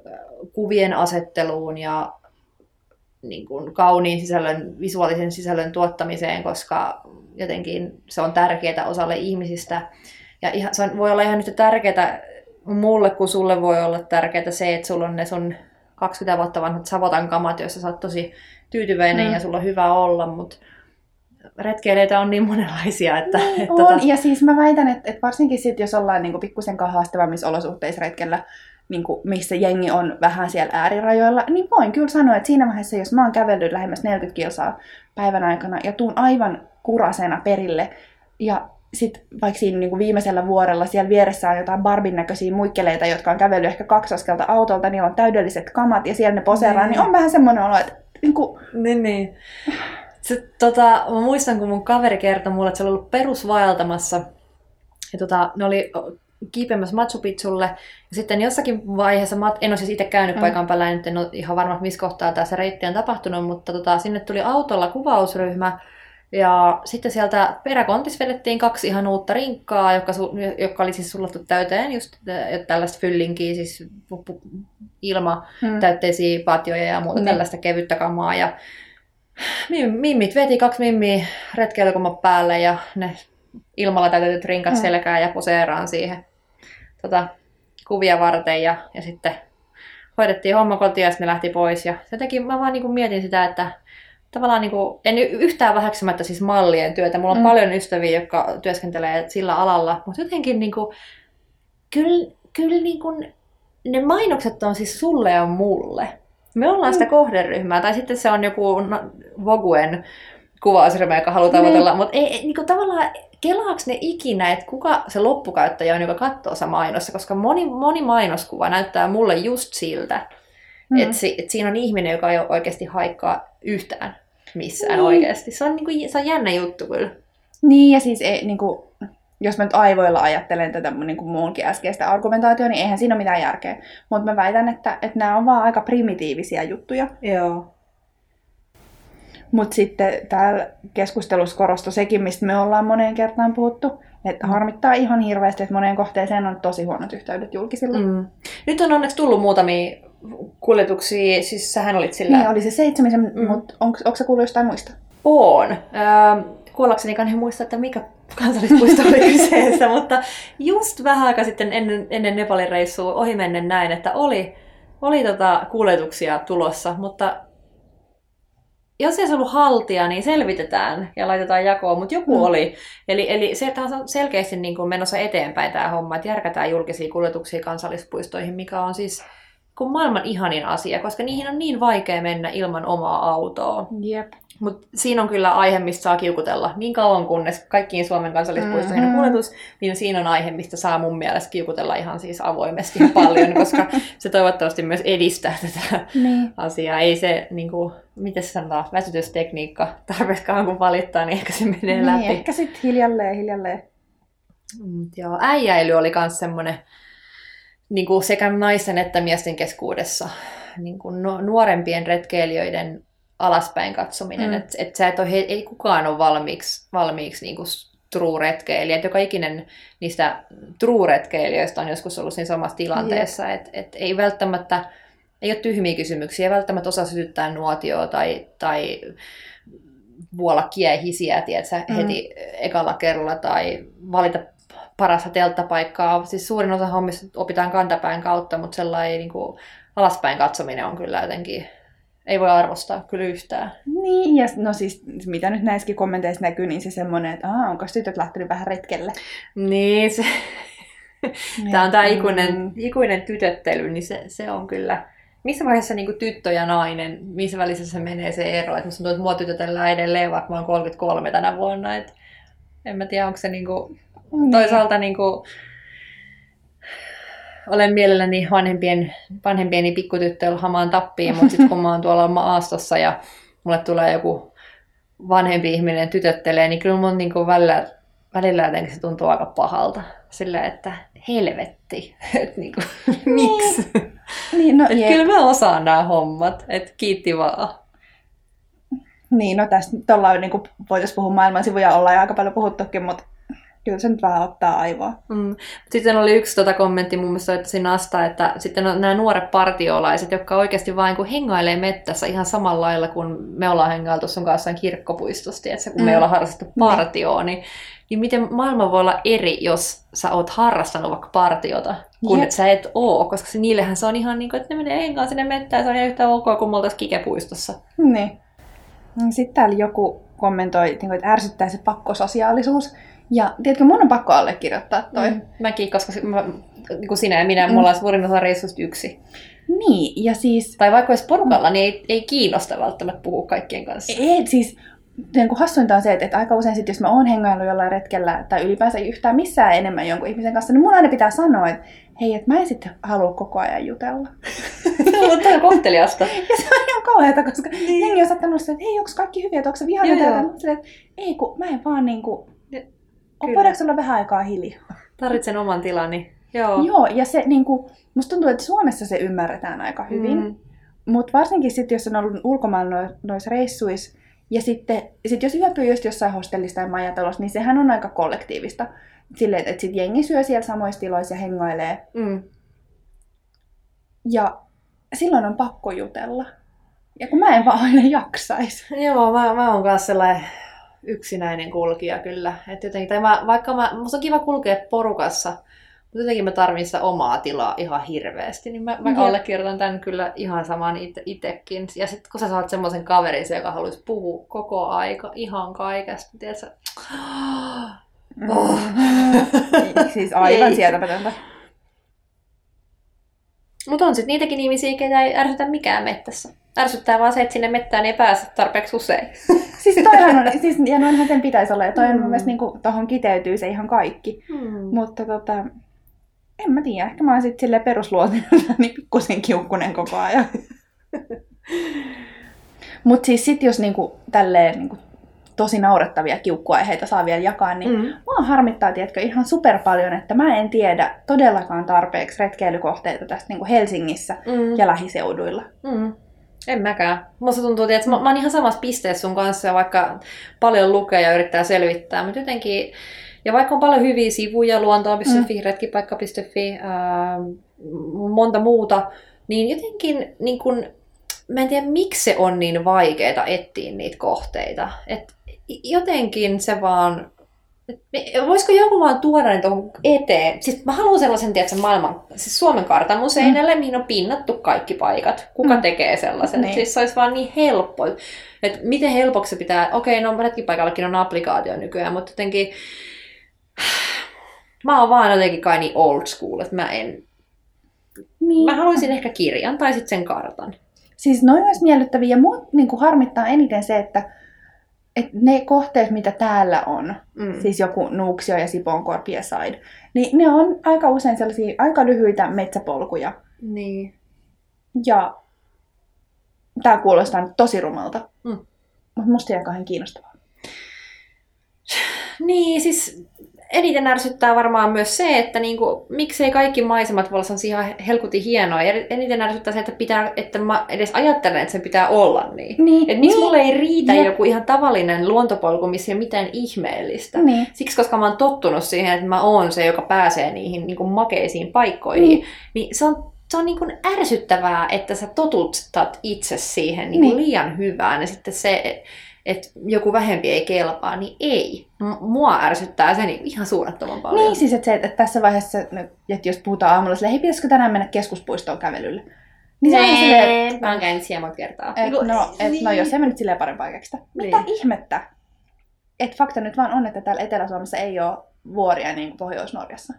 kuvien asetteluun ja niin kuin kauniin sisällön, visuaalisen sisällön tuottamiseen, koska jotenkin se on tärkeää osalle ihmisistä. Ja ihan, se voi olla ihan yhtä tärkeää mulle kuin sulle voi olla tärkeää se, että sulla on ne sun kaksikymmentä vuotta vanhat Savotan kamat, joissa sä oot tosi tyytyväinen mm. ja sulla on hyvä olla, mutta retkeilijäitä on niin monenlaisia. Että, niin että on, tota... ja siis mä väitän, että, että varsinkin sit, jos ollaan niinku pikkusen haastavammissa olosuhteissa retkellä, niinku, missä jengi on vähän siellä äärirajoilla, niin voin kyllä sanoa, että siinä vaiheessa, jos mä oon kävellyt lähemmäs neljäkymmentä kilsaa päivän aikana ja tuun aivan kurasena perille, ja sitten vaikka siinä niinku viimeisellä vuorella siellä vieressä on jotain Barbin näköisiä muikkeleita, jotka on kävellyt ehkä kaksi askelta autolta, niillä on täydelliset kamat ja siellä ne poseeraa, niin, niin on vähän semmoinen olo, että niinku... Niin, niin. Se, tota, mä muistan, kun mun kaveri kertoi mulle, että se oli ollut perusvaeltamassa. Ja tota, ne oli kiipeämässä Machu Picchulle. Ja sitten jossakin vaiheessa, en ole siis itse käynyt mm. paikan päällä, en ole ihan varma, missä kohtaa tässä reitti on tapahtunut, mutta tota, sinne tuli autolla kuvausryhmä. Ja sitten sieltä peräkontissa vedettiin kaksi ihan uutta rinkkaa, jotka, jotka oli siis sullattu täyteen, just tällaista fyllinkiä, siis ilmatäytteisiä patjoja ja muuta mm. tällaista kevyttä kamaa. Ja mimmit veti kaksi mimmiä retkeilykomat päälle ja ne ilmalla täytetyt rinkat mm. selkään ja poseeraan siihen tota, kuvia varten. Ja, ja sitten hoidettiin homma kotiin ja sitten ne lähti pois. Ja jotenkin mä vaan niin kuin mietin sitä, että tavallaan niin kuin, en yhtään väheksymättä siis mallien työtä. Mulla on mm. paljon ystäviä, jotka työskentelee sillä alalla, mutta jotenkin niin kuin, kyllä, kyllä niin kuin, ne mainokset on siis sulle ja mulle. Me ollaan sitä kohderyhmää, tai sitten se on joku Voguen kuvausryhmä, joka haluaa tavoitella, mm. mutta ei, ei, niin kuin, tavallaan kelaako ne ikinä, että kuka se loppukäyttäjä on, joka katsoo se mainossa, koska moni, moni mainoskuva näyttää mulle just siltä, mm. että, si, että siinä on ihminen, joka ei oikeasti haikkaa yhtään missään niin. Oikeasti. Se on, niin kuin, se on jännä juttu kyllä. Niin, ja siis ei, niin kuin, jos mä nyt aivoilla ajattelen tätä niin kuin muunkin äskeistä argumentaatiota, niin eihän siinä ole mitään järkeä. Mutta mä väitän, että, että nämä on vaan aika primitiivisiä juttuja. Joo. Mutta sitten täällä keskustelussa korostui sekin, mistä me ollaan moneen kertaan puhuttu, että harmittaa ihan hirveästi, että moneen kohteeseen on tosi huonot yhteydet julkisilla. Mm. Nyt on onneksi tullut muutamia kuljetuksia, siis sähän olit sillä... Niin, oli se seitsemisen, mm. mutta onko, onko sä kuullut jostain muista? On. Öö, kuollakseni en muista, että mikä kansallispuisto oli kyseessä, mutta just vähän aikaa sitten ennen, ennen Nepalin reissua ohimennen näin, että oli, oli tota kuljetuksia tulossa, mutta jos ei se ollut haltia, niin selvitetään ja laitetaan jakoon, mutta joku mm. oli. Eli, eli se on selkeästi niin kuin menossa eteenpäin tämä homma, että järkätään julkisia kuljetuksia kansallispuistoihin, mikä on siis kuin maailman ihanin asia, koska niihin on niin vaikea mennä ilman omaa autoa. Jep. Mutta siinä on kyllä aihe, mistä saa kiukutella. Niin kauan kunnes kaikkiin Suomen kansallispuistoihin mm-hmm. on kuljetus, niin siinä on aihe, mistä saa mun mielestä kiukutella ihan siis avoimesti paljon, koska se toivottavasti myös edistää tätä niin. asiaa. Ei se, niin kuin, miten se sanotaan, väsytystekniikka tarpeeksi kauan kun valittaa, niin ehkä se menee niin, läpi. Ehkä sitten hiljalleen, hiljalleen. Mm, joo, äijäily oli myös semmoinen niin kuin sekä naisten että miesten keskuudessa niin kuin nuorempien retkeilijöiden alaspäin katsominen, mm. että et sä et ole, ei kukaan ole valmiiksi, valmiiksi niin kuin true-retkeilijä. Joka ikinen niistä true-retkeilijöistä on joskus ollut siinä samassa tilanteessa, yeah. että et ei välttämättä, ei ole tyhmiä kysymyksiä, ei välttämättä osaa sytyttää nuotioa tai, tai vuolla kiehisiä, tiedätkö, mm. heti ekalla kerralla tai valita parasta telttapaikkaa. Siis suurin osa hommista opitaan kantapään kautta, mutta sellainen niin kuin alaspäin katsominen on kyllä jotenkin, ei voi arvostaa kyllä yhtään. Niin, ja no siis mitä nyt näissäkin kommenteissa näkyy, niin se semmoinen, että aah, onko tytöt lähtenyt vähän retkelle? Niin, se... tämä on tämä ikuinen, ikuinen tytöttely, niin se, se on kyllä... Missä vaiheessa niin kuin tyttö ja nainen, missä välissä se menee se ero? Että musta tuntuu, että mua tytötellään edelleen, vaikka mä oon kolmekymmentäkolme tänä vuonna. Et en mä tiedä, onko se niin kuin... toisaalta niin kuin... olen mielelläni vanhempien, vanhempieni pikkutyttöillä hamaan tappiin, mutta sitten kun mä oon tuolla maastossa ja mulle tulee joku vanhempi ihminen tytöttelee, niin kyllä mun niin kuin välillä, välillä jotenkin se tuntuu aika pahalta. Sillä, että helvetti, että niin kuin, miksi? Niin, no, kyllä mä osaan nämä hommat, että kiitti vaan. Niin, no tästä nyt ollaan, niin kuin voitaisiin puhua maailman sivuja, ollaan aika paljon puhuttukin, mutta kyllä se nyt vähän ottaa aivoa. Mm. Sitten oli yksi tota kommentti mun mielestä soittaisin Asta, että sitten on nämä nuoret partiolaiset, jotka oikeasti vain kun hengailee mettässä ihan samalla lailla kuin me ollaan hengailtu sun kanssa kirkkopuistossa, että kun mm. me ollaan harrastettu partioon, niin, niin miten maailma voi olla eri, jos sä oot harrastanut vaikka partiota, kun Jep. sä et oo, koska se, niillehän se on ihan niin kuin, että ne menee hengaan sinne mettään, se on ihan yhtä ok kuin me oltaisiin kikepuistossa. Niin. Sitten täällä joku kommentoi, että ärsyttää se pakkososiaalisuus. Ja tiedätkö, mun on pakko allekirjoittaa toi. Mm, mäkin, koska mä, niin kuin sinä ja minä, mm. mulla on suurin osa reissusta yksi. Niin, ja siis... Tai vaikka olisi porukalla, mm. niin ei, ei kiinnosta välttämättä puhua kaikkien kanssa. Ei, siis niin kuin hassuinta on se, että, että aika usein sit, jos mä oon hengaillut jollain retkellä tai ylipäänsä yhtään missään enemmän jonkun ihmisen kanssa, niin mun aina pitää sanoa, että hei, että mä en sitten halua koko ajan jutella. Mutta on kohteliasta. Ja se on ihan kauheata, koska niin. jengi on saattanut sanoa, että hei, onko kaikki hyviä, että onko se vihainen täältä? Ei, kun mä en vaan niin kuin... Voidaanko olla vähän aikaa hiljaa? Tarvitsen oman tilani. Joo. Joo, ja se niinku, musta tuntuu, että Suomessa se ymmärretään aika hyvin. Mm. Mutta varsinkin sitten, jos on ollut ulkomailla noissa reissuissa, ja sitten sit jos yöpyy just jossain hostellissa tai majatalossa, niin sehän on aika kollektiivista. Silleen, että sitten jengi syö siellä samoissa tiloissa ja hengailee. Mm. Ja silloin on pakko jutella. Ja kun mä en vaan aina jaksaisi. Joo, mä, mä oon kanssa sellainen yksinäinen kulkija kyllä. Et jotenkin, tai mä, vaikka mä, musta on kiva kulkea porukassa, mutta jotenkin mä tarvitsen sitä omaa tilaa ihan hirveästi. Niin mä, mä allekirjoitan tämän kyllä ihan saman ite, itekin. Ja sitten kun sä saat semmoisen kaverin, joka haluaisi puhua koko aika ihan kaikesta, tiedätkö? Oh. Siis aivan sietämätöntä. Mutta on sitten niitäkin ihmisiä, ketä ei ärsytä mikään mettässä. Ärsyttää vaan se, että sinne mettään ei pääse tarpeeksi usein. Siis toihan on, siis, ja noinhan sen pitäisi olla. Ja toi on mm. mun mielestä niin tohon kiteytyy se ihan kaikki. Mm. Mutta tota, en mä tiedä. Ehkä mä oon sitten silleen perusluonteelta niin pikkusen kiukkunen koko ajan. Mut siis sit jos niinku tälleen niinku tosi naurettavia kiukkuaiheita saa vielä jakaa, niin mm. mua harmittaa, tiedätkö, ihan super paljon, että mä en tiedä todellakaan tarpeeksi retkeilykohteita tästä niin kuin Helsingissä mm. ja lähiseuduilla. Mm. En mäkään. Musta tuntuu, että mä, mä oon ihan samassa pisteessä sun kanssa, vaikka paljon lukee ja yrittää selvittää, mutta jotenkin, ja vaikka on paljon hyviä sivuja, luontoa piste fi, mm. retkipaikka piste fi, ää, monta muuta, niin jotenkin niin kun, mä en tiedä, miksi se on niin vaikeaa etsiä niitä kohteita. Et jotenkin se vaan, voisiko joku vaan tuoda ne tuohon eteen? Siis mä haluan sellaisen, tiedätkö, maailman, siis Suomen kartan mun seinälle, mm. mihin on pinnattu kaikki paikat. Kuka mm. tekee sellaisen? Niin. Siis se olisi vaan niin helppo. Että miten helpoksi se pitää, okei, no retkipaikallakin on applikaatio nykyään, mutta jotenkin, mä oon vaan jotenkin kai niin old school, että mä en, niin. Mä haluaisin ehkä kirjan tai sitten sen kartan. Siis noin olisi miellyttäviä, ja mua niin kuin harmittaa eniten se, että et ne kohteet, mitä täällä on, mm. siis joku Nuuksio ja Sipoonkorpi ja Side, niin ne on aika usein sellaisia aika lyhyitä metsäpolkuja. Niin. Ja tää kuulostaa nyt tosi rumalta, mm. mutta musta ei kauhean kiinnostavaa. Niin, siis eniten ärsyttää varmaan myös se, että niinku, miksei kaikki maisemat voi olla ihan helkutin hienoa. Eniten ärsyttää se, että, pitää, että mä edes ajattelen, että sen pitää olla niin. niin että miksi niin. mulle ei riitä Jep. joku ihan tavallinen luontopolku, missä ei ole mitään ihmeellistä. Niin. Siksi, koska mä oon tottunut siihen, että mä oon se, joka pääsee niihin niinku makeisiin paikkoihin. Niin, niin se on, se on niinku ärsyttävää, että sä totutat itse siihen niinku niin. liian hyvään. Ja sitten se, että joku vähempi ei kelpaa, niin ei. Mua ärsyttää se niin ihan suunnattoman paljon. Niin siis, että, se, että tässä vaiheessa, että jos puhutaan aamulla silleen, hei, pitäisikö tänään mennä keskuspuistoon kävelylle? Niin se on silleen, että mä oon käynyt siellä monta kertaa. Et, no, et, niin. no jos se mennyt silleen parempaa keksitä. Mitä niin. ihmettä? Et fakta nyt vaan on, että täällä Etelä-Suomessa ei ole vuoria niin kuin Pohjois-Norjassa.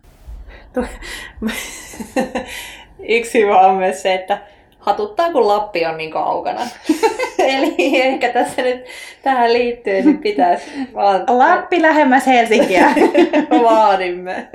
Yksi hyvä on myös se, että hatuttaa, kun Lappi on niin kaukana. Eli ehkä tässä nyt tähän liittyen niin pitäisi vaan... Lappi lähemmäs Helsinkiä. Vaadimme.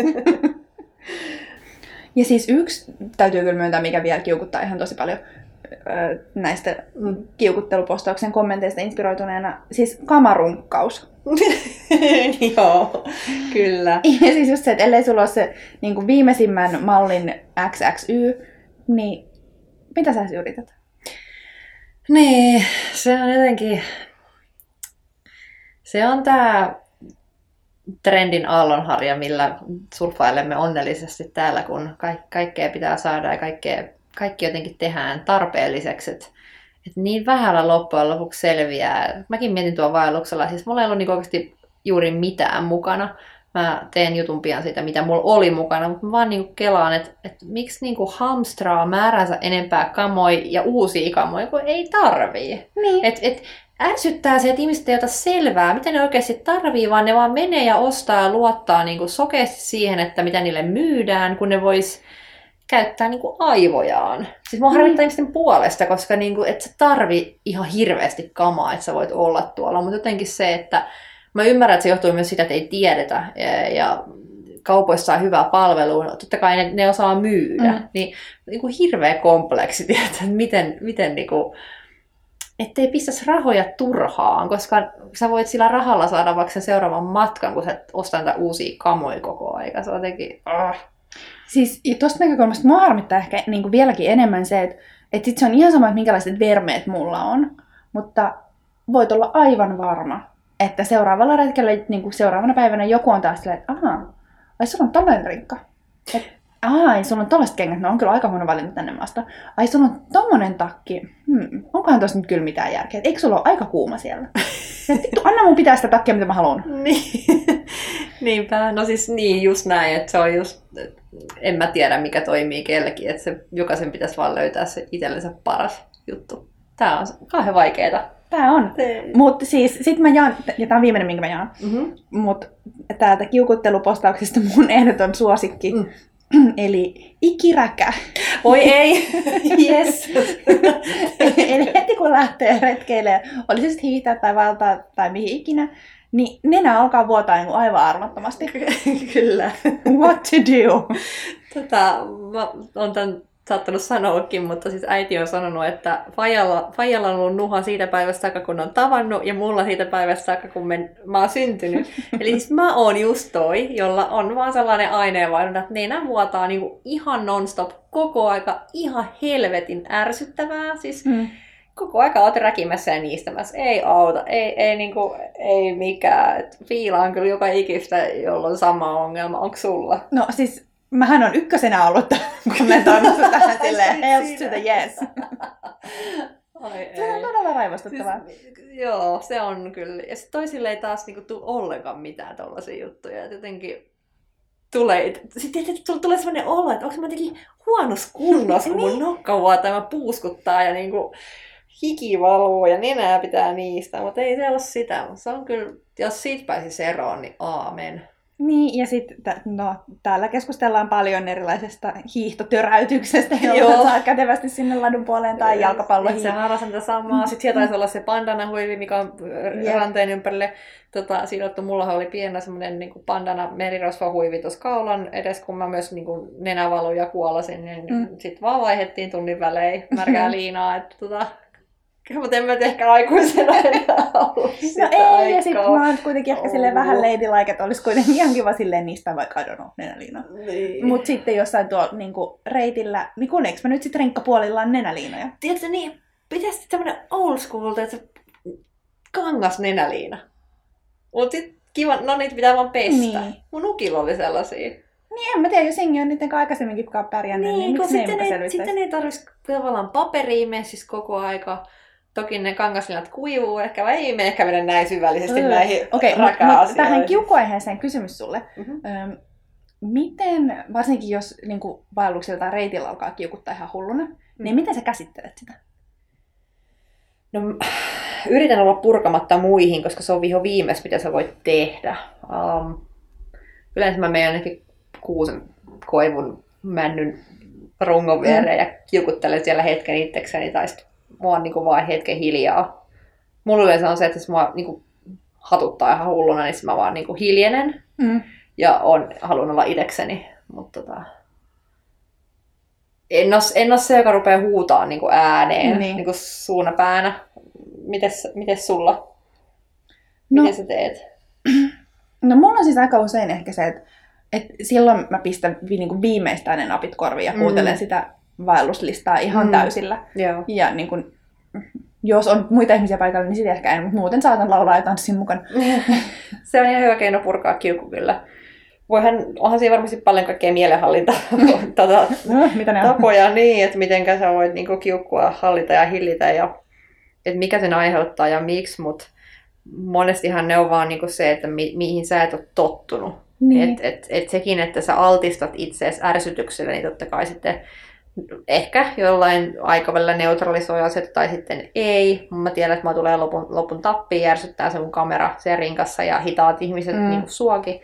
Ja siis yksi, täytyy kyllä myöntää, mikä vielä kiukuttaa ihan tosi paljon näistä kiukuttelupostauksen kommenteista inspiroituneena, siis kamarunkkaus. Joo, kyllä. Ja siis just se, että ellei sulla ole se niin kuin viimeisimmän mallin X X Y, niin mitä sä yrität? Niin, se on jotenkin... Se on tää trendin aallonharja, millä surffailemme onnellisesti täällä, kun ka- kaikkea pitää saada ja kaikkea, kaikki jotenkin tehdään tarpeelliseksi. Et, et niin vähällä loppujen lopuksi selviää. Mäkin mietin tuon vaelluksella, siis mulla ei ollut niin oikeasti juuri mitään mukana. Mä teen jutun pian siitä, mitä mulla oli mukana, mutta mä vaan niinku kelaan, että et miksi niinku hamstraa määränsä enempää kamoja ja uusia kamoja, kun ei tarvii. Niin. Et, et ärsyttää se, että ihmiset ei ota selvää, mitä ne oikeasti tarvii, vaan ne vaan menee ja ostaa ja luottaa niinku sokeasti siihen, että mitä niille myydään, kun ne vois käyttää niinku aivojaan. Siis mua harmittaa ihmisten puolesta, koska niinku, et sä tarvii ihan hirveästi kamaa, että sä voit olla tuolla, mutta jotenkin se, että mä ymmärrän, että se johtuu myös siitä, että ei tiedetä ja kaupoissa on hyvää palvelua. Totta kai ne, ne osaa myydä. Mm. Niin, niin kuin hirveä kompleksi, että miten, miten niin kuin, ettei pistäisi rahoja turhaan, koska sä voit sillä rahalla saada vaikka sen seuraavan matkan, kun sä ostaa niitä uusia kamoja koko aika. Se on jotenkin... Oh. Siis tuosta näkökulmasta mua harmittaa ehkä niin kuin vieläkin enemmän se, että, että sit se on ihan sama, että minkälaiset vermeet mulla on. Mutta voit olla aivan varma, että seuraavalla retkellä niin kuin seuraavana päivänä joku on taas silleen, että ahaa, ai sulla on tollainen rinkka. Et, ai, sulla on tollaiset kengät, no on kyllä aika huono valinta tänne maasta. Ai, sulla on tommonen takki. Hmm, onkohan tossa nyt kyllä mitään järkeä? Et eikö sulla ole aika kuuma siellä? Ja vittu, anna mun pitää sitä takkia, mitä mä haluan. Niin. Niinpä. No siis niin, just näin, että se on just, en mä tiedä mikä toimii kellekin, että se, jokaisen pitäisi vaan löytää se itsellensä paras juttu. Tää on kauhean vaikeeta. Tää on. Mutta siis, sit mä jaan, ja tää on viimeinen, minkä mä jaan. Mm-hmm. Mut täältä kiukuttelupostauksesta mun ehdoton suosikki. Mm. Eli ikiräkä. Oi ei! Yes! Eli heti kun lähtee retkeilemään, oli se sitten hiihtää tai valtaa tai mihin ikinä, niin nenä alkaa vuotaa niin kuin aivan armottomasti. Kyllä. What to do? Tota, mä oon tämän saattanut sanoakin, mutta siis äiti on sanonut, että Fajalla, Fajalla on ollut nuha siitä päivästä saakka, kun on tavannut, ja mulla siitä päivästä saakka, kun men, mä oon syntynyt. Eli siis mä oon just toi, jolla on vaan sellainen aineenvaihdunta, että nenä vuotaa niinku ihan non-stop koko aika, ihan helvetin ärsyttävää. Siis hmm. koko aika oot räkimässä ja niistämässä. Ei auta, ei, ei, niinku, ei mikään. Et fiilaan kyllä joka ikistä, jolla on sama ongelma. Onko sulla? No siis... Mähän on ykkösenä ollut kommentoimassa tähän silleen, hells to the yes. Ai se on todella raivostuttavaa. Siis, joo, se on kyllä. Ja sitten toisille ei taas niinku tule ollenkaan mitään tollaisia juttuja. Et jotenkin tulee, sitten tietysti tulee sellainen olo, että onko mä jotenkin huonossa kunnossa, kun mun nokka vuotaa ja mä puuskuttaa ja niinku hiki valuu ja nenää pitää niistä. Mutta ei se ole sitä. Se on kyllä, jos siitä pääsisi eroon, niin aamen. Niin, ja sitten no, täällä keskustellaan paljon erilaisesta hiihtotöräytyksestä, jolla saa kätevästi sinne ladun puoleen tai jalkapalloihin. Itse harrastan tätä samaa. Sitten siellä taisi olla se bandana-huivi, mikä on yeah. ranteen ympärille tota, sidottu. Mullahan oli pienä semmoinen niin bandana merirosvahuivi tuossa kaulan edes, kun mä myös niin kuin nenävaluja kuolasin. Niin mm. sitten vaan vaihdettiin tunnin välein märkää liinaa. Että, tota, mutta en mä ehkä aikuisena enää ollut sitä No ei, aikaa. Ja sitten mä oon kuitenkin ehkä silleen vähän ladylike, että olisi kuitenkin ihan kiva silleen niistä vaikka I don't know, nenäliina. Niin. Mutta sitten jossain tuolla niinku, reitillä, niin kuuleeko mä nyt sitten rinkkapuolillaan nenäliinoja? Tiedätkö niin, pitäisi tämmönen old school, että se kangas nenäliina. Mut sit kiva, no niitä pitää vaan pestä. Niin. Mun ukilla oli sellaisia. Niin en mä tiedä, jos jengi on niiden aikaisemminkin pärjännyt, niin, niin miksi ne ei muka Sitten ei tarvitsisi tavallaan paperia messissä koko aika. Toki ne kangasliinat kuivuu, ehkä vai ei me ehkä mennä näin syvällisesti öö. näihin okay, raka-asioihin. Tähän kiukkuaiheeseen kysymys sulle. Mm-hmm. Öm, miten, varsinkin jos niin vaelluksilla tai reitillä alkaa kiukuttaa ihan hulluna, mm. niin miten sä käsittelet sitä? No, yritän olla purkamatta muihin, koska se on viho viimeis, mitä sä voit tehdä. Um, yleensä mä menen ainakin kuusen koivun männyn rungon viereen mm. ja kiukuttelen siellä hetken itsekseni tai sitten mua on niinku vaan hetken hiljaa. Mulla yleensä on se, että jos mua niinku hatuttaa ihan hulluna, niin mä vaan niinku hiljenen. Mm. Ja on, haluan olla itsekseni. Mutta tota... en, ole, en ole se, joka rupeaa huutaa niinku ääneen niin. Niinku suuna päänä. Mites, mites sulla? No, miten sä teet? No mulla on siis aika usein ehkä se, että, että silloin mä pistän niinku viimeistään ne napit korviin ja kuuntelen mm. sitä vaelluslistaa ihan mm. täysillä. Joo. Ja niin kun, jos on muita ihmisiä paikalla, niin sitten ehkä en, mutta muuten saatan laulaa ja tanssin mukana. Se on ihan hyvä keino purkaa kiukku kyllä. Voihan, onhan siinä varmasti paljon kaikkea mielenhallinta tuota, no, mitä ne tapoja niin, että miten sä voit niinku kiukkua hallita ja hillitä ja että mikä sen aiheuttaa ja miksi, mutta monestihan ne on vaan niinku se, että mi- mihin sä et ole tottunut. Niin. Että et, et sekin, että sä altistat itseäsi ärsytykselle, niin totta kai sitten ehkä jollain aikavälillä neutralisoi asiat tai sitten ei. Mä tiedän, että mä tulee lopun, lopun tappiin, järsyttää se mun kamera sen rinkassa ja hitaat ihmiset mm. niin kuin suokin.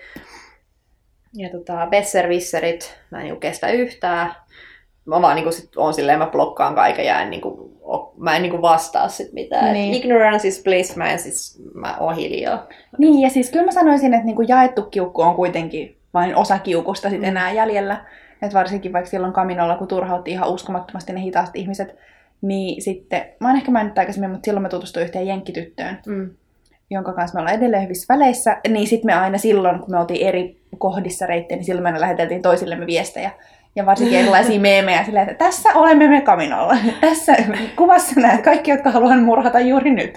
Ja tota, besservisserit mä en niin kestä yhtään. Mä vaan niin kuin sit on silleen, mä blokkaan kaiken ja en, niin kuin, mä en niin kuin vastaa sit mitään. Niin. Ignorance is bliss, mä en siis, mä oon hiljaa. Niin ja siis kyllä mä sanoisin, että niin kuin jaettu kiukku on kuitenkin vain osa kiukusta sit mm. enää jäljellä. Että varsinkin vaikka silloin Kaminolla, kun turhautti ihan uskomattomasti ne hitaat ihmiset, niin sitten, mä oon ehkä mainittu aikaisemmin, mutta silloin me tutustuin yhteen jenkkityttöön, mm. jonka kanssa me ollaan edelleen hyvissä väleissä, niin sitten me aina silloin, kun me oltiin eri kohdissa reittejä, niin silloin me läheteltiin toisillemme viestejä. Ja varsinkin erilaisia meemejä silleen, että tässä olemme me Caminolla. Tässä kuvassa näet kaikki, jotka haluan murhata juuri nyt.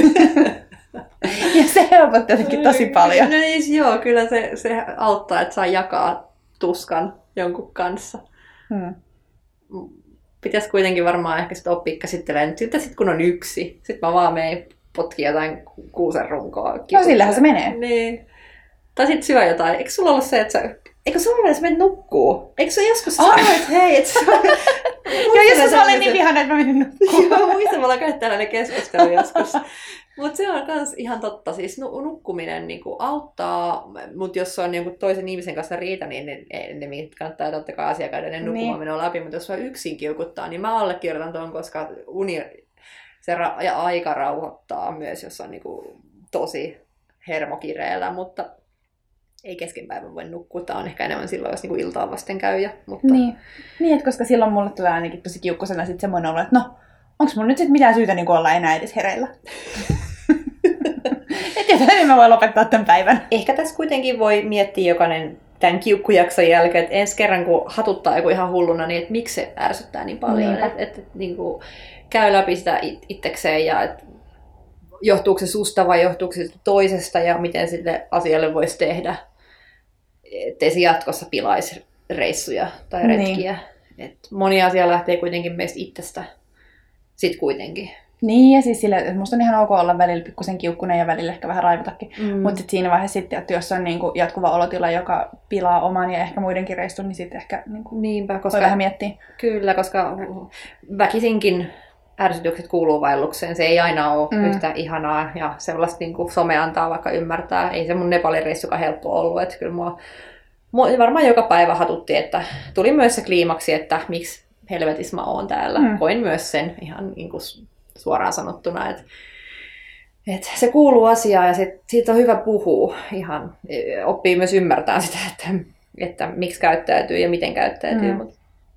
Ja se helpotti jotenkin tosi paljon. No niin, joo, kyllä se, se auttaa, että saa jakaa tuskan jonkun kanssa. Hmm. Pitäisi kuitenkin varmaan ehkä sit oppia käsittelemään. Sitten sit kun on yksi, sit mä vaan menen potki jotain kuusen runkoa. No sillähän se menee. Niin. Tai sit syö jotain. Eikö sulla ollut se, että sä... Eikö sulla ole, että sä menet nukkuu? Eikö sä joskus sanoa, että hei, että sä... Joo, joskus mä olin niin vihana, että mä menin nukkuu. Joo, muistan, me ollaan käynyt tällainen keskustelu joskus. Mutta se on myös ihan totta. Siis nukkuminen niinku auttaa, mutta jos on niinku toisen ihmisen kanssa riitä, niin ne, ne, ne kannattaa totta kai asiakkaiden nukkumaan menoa läpi. Mutta jos sua yksin kiukuttaa, niin mä allekirjoitan tuon, koska uni se ra- ja aika rauhoittaa myös, jos on niinku tosi hermokireellä. Mutta ei keskenpäivän voi nukkua. Tämä on ehkä enemmän silloin, jos niinku iltaa vasten käy. Ja, mutta... Niin, niin että koska silloin mulle tulee ainakin tosi kiukkosena sitten semmoinen olo, että no, onko mun nyt sitten mitään syytä niin olla enää edes hereillä? Että jotain mä voin lopettaa tämän päivän. Ehkä tässä kuitenkin voi miettiä jokainen tämän kiukkujakson jälkeen, että ensi kerran kun hatuttaa joku ihan hulluna, niin että miksi se ärsyttää niin paljon. Että et, et, niin kuin käy läpi sitä itsekseen ja että johtuuko se susta vai johtuuko se toisesta ja miten sille asialle voisi tehdä, ettei se jatkossa pilaisi reissuja tai retkiä. Niin. Et moni asia lähtee kuitenkin meistä itsestä sit kuitenkin. Niin, ja siis sille, että musta on ihan ok olla välillä pikkusen kiukkunen ja välillä ehkä vähän raivotakin. Mm. Mutta sitten siinä vaiheessa sitten, että jos on niinku jatkuva olotila, joka pilaa oman ja ehkä muidenkin reistun, niin sitten ehkä niinku Niinpä, koska, voi vähän miettiä. Kyllä, koska väkisinkin ärsytykset kuuluu vaellukseen. Se ei aina ole mm. yhtä ihanaa ja sellaista niinku some antaa vaikka ymmärtää. Ei se mun Nepalin reissukaan helppo ollut. Että kyllä mua, mua varmaan joka päivä hatutti, että tuli myös se kliimaksi, että miksi helvetissä mä oon täällä. Mm. Koin myös sen ihan niinku suoraan sanottuna, että, että se kuuluu asiaan ja sit, siitä on hyvä puhua. Ihan oppii myös ymmärtää sitä, että, että miksi käyttäytyy ja miten käyttäytyy. Mm. Mut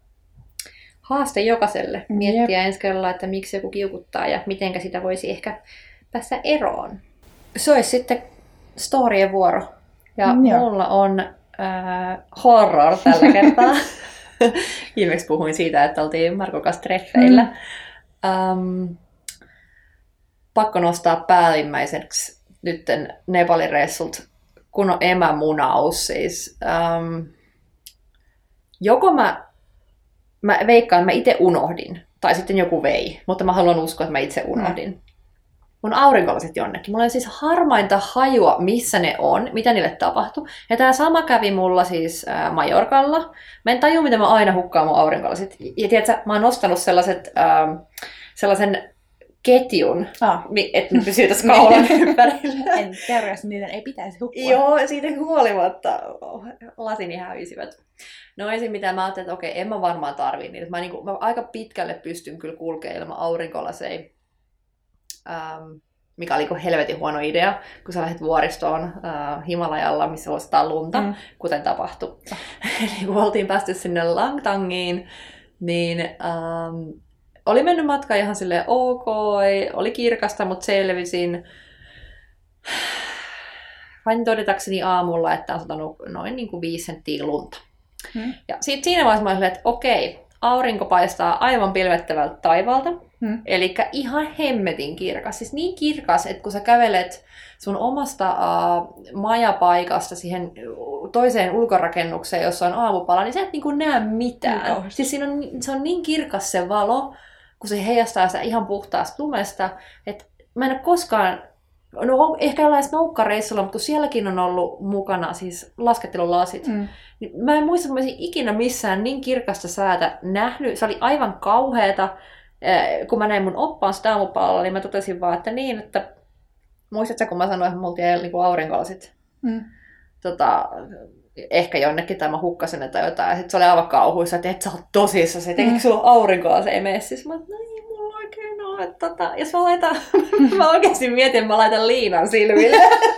haaste jokaiselle miettiä Jep. ensi kerralla, että miksi joku kiukuttaa ja mitenkä sitä voisi ehkä päästä eroon. Se olisi sitten storien vuoro. Ja mm, mulla on äh, horror tällä kertaa. Viimeksi puhuin siitä, että oltiin Markon kanssa treffeillä. Mm. Um, pakko nostaa päällimmäiseksi nytten Nepalin reissult, kun on emämunaus. Siis, um, joko mä, mä veikkaan, että mä itse unohdin, tai sitten joku vei, mutta mä haluan uskoa, että mä itse unohdin. Mm. Mun aurinkolasit jonnekin. Mulla on siis harmainta hajua, missä ne on, mitä niille tapahtui. Ja tää sama kävi mulla siis äh, Majorkalla. Mä en tajua, miten mä aina hukkaan mun aurinkolasit. Ja tiedätkö, mä oon nostanut sellaiset, äh, sellaisen ketjun, ah. että ne pysyy tässä kaulan ympärillä. En kerro, jos niiden ei pitäisi hukkua. Joo, siitä huolimatta lasini hävisivät. No ensin mitä mä ajattelin, että okei, en mä varmaan tarvii niitä. Mä, niin kuin, mä aika pitkälle pystyn kyllä kulkemaan ilman aurinkolaseja. Ähm, mikä oli helvetin huono idea, kun sä lähdet vuoristoon äh, Himalajalla, missä ostaa lunta, mm. kuten tapahtui. Eli kun oltiin päästy sinne Langtangiin, niin ähm, oli mennyt matka ihan silleen ok, oli kirkasta, mutta selvisin. Vain todetakseni aamulla, että on satanut noin niin kuin viisi senttiä lunta. Mm. Ja siitä, siinä vaiheessa mä olin, että okei, aurinko paistaa aivan pilvettävältä taivaalta. Hmm. Eli ihan hemmetin kirkas. Siis niin kirkas, että kun sä kävelet sun omasta uh, majapaikasta siihen toiseen ulkorakennukseen, jossa on aamupala, niin sä et niinku näe mitään. Hmm. Siis siinä on, se on niin kirkas se valo, kun se heijastaa sitä ihan puhtaasta lumesta, että mä en ole koskaan, no ehkä jollain snoukkareissulla, mutta kun sielläkin on ollut mukana siis laskettelulasit, hmm. niin mä en muista, että mä olisin ikinä missään niin kirkasta säätä nähnyt. Se oli aivan kauheata. Kun mä näin mun oppaan sitä aamupalalla, niin mä totesin vaan, että niin, että muistatko, kun mä sanoin, että mulla oli niin aurinkolasit mm. tota, ehkä jonnekin, tai mä hukkasin tai jotain, ja sitten se oli aivan kauhuissa, että et sä oot tosissaan, että eikö sulla aurinkolaseja messissä? Mä että no ei mulla oikein ole, että tota, jos mä laitan, mä oikeasti mietin, että mä laitan liinan silmille.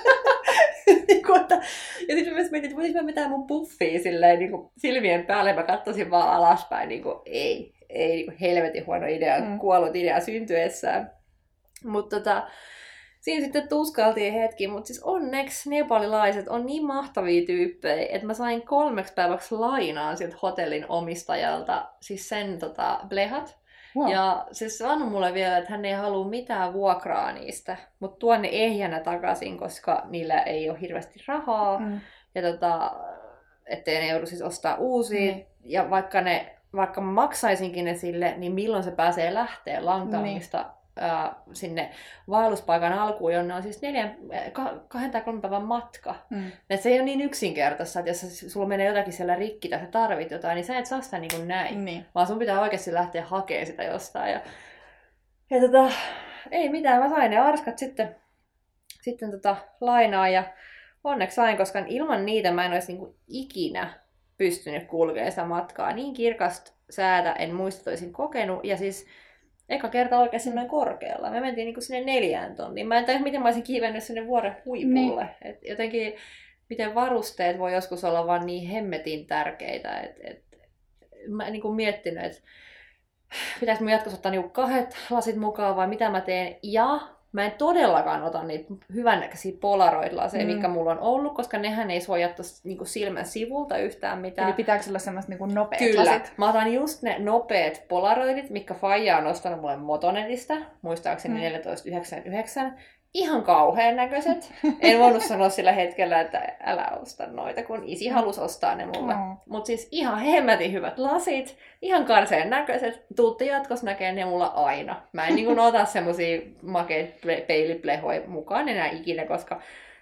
Ja sitten mä myös mietin, että voisin mä vetää mun puffia silleen, niin kuin silmien päälle, ja mä katsoisin vaan alaspäin, niin kuin ei. Ei niin helvetin huono idea, mm. kuollut idea syntyessään. Mutta tota, siinä sitten tuskaltiin hetki, mutta siis onneksi nepalilaiset on niin mahtavia tyyppejä, että mä sain kolmeksi päiväksi lainaan siltä hotellin omistajalta, siis sen tota, blehat. Wow. Ja se sanoi mulle vielä, että hän ei halua mitään vuokraa niistä, mutta tuon ne ehjänä takaisin, koska niillä ei ole hirveästi rahaa. Mm. Ja tota, ettei ne joudu siis ostaa uusia. Mm. Ja vaikka, ne, vaikka mä maksaisinkin ne sille, niin milloin se pääsee lähteä Langtangista mm. äh, sinne vaelluspaikan alkuun, jonne on siis neljän, kahden tai kolmen päivän matka. Mm. Et se ei ole niin yksinkertaista, että jos sulla menee jotakin siellä rikki tai sä tarvit jotain, niin sä et saa sitä niin kuin näin. Niin. Vaan sun pitää oikeasti lähteä hakemaan sitä jostain. Ja, ja tota, ei mitään, mä sain ne arskat sitten, sitten tota, lainaa ja onneksi sain, koska ilman niitä mä en olisi niin kuin ikinä pystynyt kulkemaan sitä matkaa. Niin kirkasta säätä en muista olisin kokenut. Ja siis eka kerta oikeasti näin korkealla. Me mentiin niin kuin sinne neljään tonniin. Mä en tiedä, miten mä olisin kiivennyt sinne vuoren huipulle. Niin. Et jotenkin, miten varusteet voi joskus olla vaan niin hemmetin tärkeitä. Et, et, mä niin kuin miettinyt, että pitäisikö mun jatkossa ottaa niin kahdet lasit mukaan vai mitä mä teen. Ja mä en todellakaan ota niitä hyvännäköisiä polaroid-laseja, mm. mikä mulla on ollut, koska nehän ei suojattu niinku silmän sivulta yhtään mitään. Eli pitääkö olla semmoista niinku nopeat Kyllä. lasit? Mä otan just ne nopeat polaroidit, mitkä Faija on ostanut mulle Motonetista, muistaakseni mm. neljätoista yhdeksänkymmentäyhdeksän. Ihan kauhean näköiset. En voinut sanoa sillä hetkellä, että älä osta noita, kun isi halusi ostaa ne mulle. Mm. Mutta siis ihan hemmetin hyvät lasit, ihan karseen näköiset. Tuutte jatkossa näkee ne mulla aina. Mä en niin kun ota semmosia makeita peiliplehoja mukaan enää ikinä, koska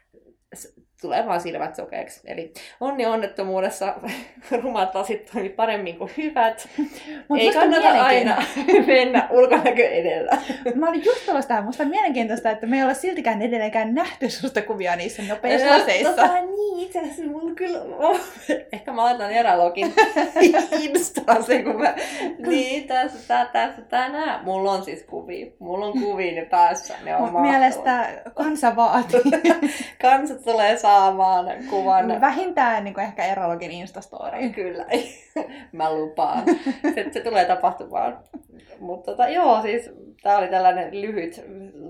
tulee vaan silmät sokeeksi. Eli onni onnettomuudessa rumat lasit toimii paremmin kuin hyvät. Mut ei kannata aina mennä ulkonäkö edellä. Mä olin just tulossa tähän. Musta on mielenkiintoista, että me ei olla siltikään edelleenkään nähty susta kuvia niissä nopeissa laseissa. Tota niin, itse asiassa mulla kyllä... Ehkä mä laitan erälogin Instaan se, kun mä... Niin, tässä, tää, tässä, tänään. Mulla on siis kuvia. Mulla on kuvia ne päässä. Ne on mahtavaa. Mielestä kansa vaatii. Kansa tulee saamaan kuvan. Vähintään niin kuin ehkä erälogin Instastory. Kyllä. Mä lupaan. Se, se tulee tapahtumaan. Mutta tota, joo, siis tää oli tällainen lyhyt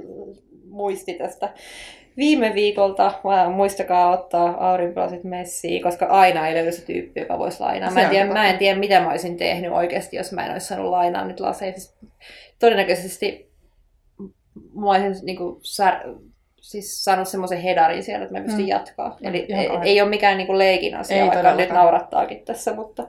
muisti tästä viime viikolta. Muistakaa ottaa aurinkolaiset messiin, koska aina ei löydy se tyyppi, joka voisi lainaa. Mä en, tiedä, mä en tiedä, mitä mä olisin tehnyt oikeasti, jos mä en olisi saanut lainaa nyt laseja. Siis todennäköisesti mä olisin niin kuin, sär, siis saanut semmoisen hedarin siellä, että mä pystyn mm. jatkaa. Eli ei, ei ole mikään niin kuin leikin asia, ei vaikka todellakaan. Nyt naurattaakin tässä, mutta...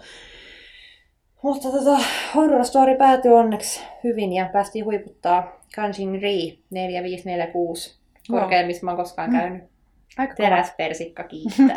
Mutta tota, Horror Story päätyi onneksi hyvin ja päästiin huiputtaa Kanjin-ri neljä viisi neljä kuusi. Korkein, missä mä oon koskaan mm. käynyt. Aika teräspersikka kiittää.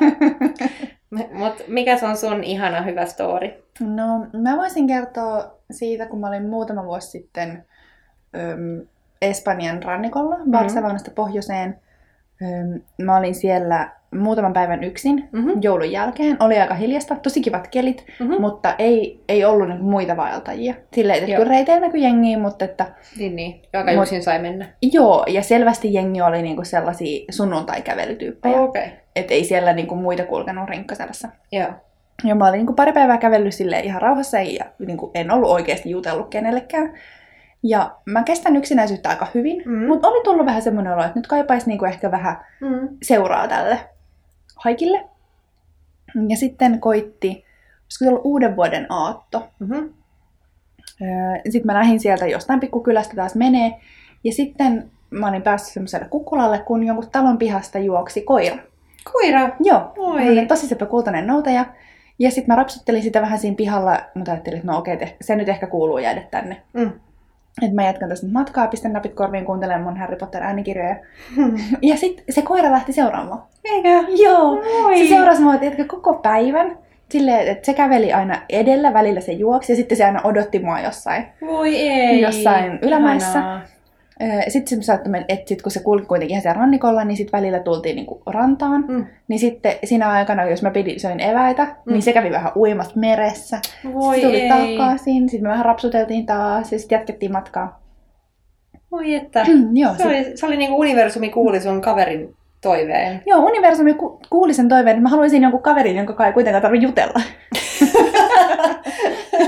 Mut mikä se on sun ihana hyvä story? No, mä voisin kertoa siitä, kun mä olin muutama vuosi sitten äm, Espanjan rannikolla, Barcelonasta mm-hmm. pohjoiseen. Äm, mä olin siellä muutaman päivän yksin mm-hmm. joulun jälkeen. Oli aika hiljasta, tosi kivat kelit, mm-hmm. mutta ei, ei ollut niinku muita vaeltajia. Silleen, että kyllä reiteillä näkyi jengiä, mutta että... Niin, niin. Joka yksin sai mennä. Joo, ja selvästi jengi oli niinku sellaisia sunnuntai-kävelytyyppejä. Oh, okay. Että ei siellä niinku muita kulkenut rinkkaselässä. Joo. Ja mä olin niinku pari päivää kävellyt silleen ihan rauhassa ja niinku en ollut oikeasti jutellut kenellekään. Ja mä kestän yksinäisyyttä aika hyvin, mm. mutta oli tullut vähän semmoinen olo, että nyt kaipaisi niinku ehkä vähän mm. seuraa tälle haikille. Ja sitten koitti, olisiko ollut uuden vuoden aatto. Mm-hmm. Sitten mä lähdin sieltä jostain pikkukylästä taas menee. Ja sitten mä olin päässyt semmoiselle kukkulalle, kun jonkun talon pihasta juoksi koira. Koira? Joo. Oi. Tosi sepä kultainen noutaja. Ja sitten mä rapsuttelin sitä vähän siinä pihalla, mutta ajattelin, että no okei, se nyt ehkä kuuluu jäädä tänne. Mm. Että mä jatkan tästä matkaa, pistän napit korviin, kuuntelen mun Harry Potter äänikirjoja. Hmm. Ja sitten se koira lähti seuraamaan. Eikö? Joo. Moi. Se seurasi mua tiedätkö, koko päivän. Silleen, että se käveli aina edellä, välillä se juoksi ja sitten se aina odotti mua jossain. Voi ei. Jossain ylämäessä. Sitten se saattoi, että sit, kun se kulki kuitenkin ihan siellä rannikolla, niin sitten välillä tultiin niinku rantaan. Mm. Niin sitten siinä aikana, jos mä pidin, söin eväitä, mm. niin se kävi vähän uimasta meressä. Voi sitten tuli ei. takaisin, sitten me vähän rapsuteltiin taas ja sitten jatkettiin matkaa. Voi että. Joo, se, oli, se oli niinku universumi kuuli sun kaverin toiveen. Joo, universumi ku, kuuli sen toiveen, että mä haluaisin jonkun kaverin, jonka kai kuitenkaan tarvitse jutella.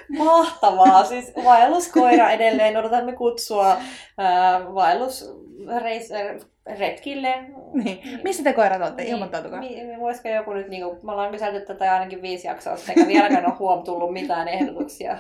Mahtavaa! Siis vaelluskoira edelleen. Odotamme kutsua ää, vaellusretkille. Niin. Missä te koirat olette? Niin. Ilmoittautukaa. Mi- voisiko joku nyt, niin kuin, me ollaan kyselty tätä ainakin viisi jaksoa, eikä vieläkään ole huom tullut mitään ehdotuksia.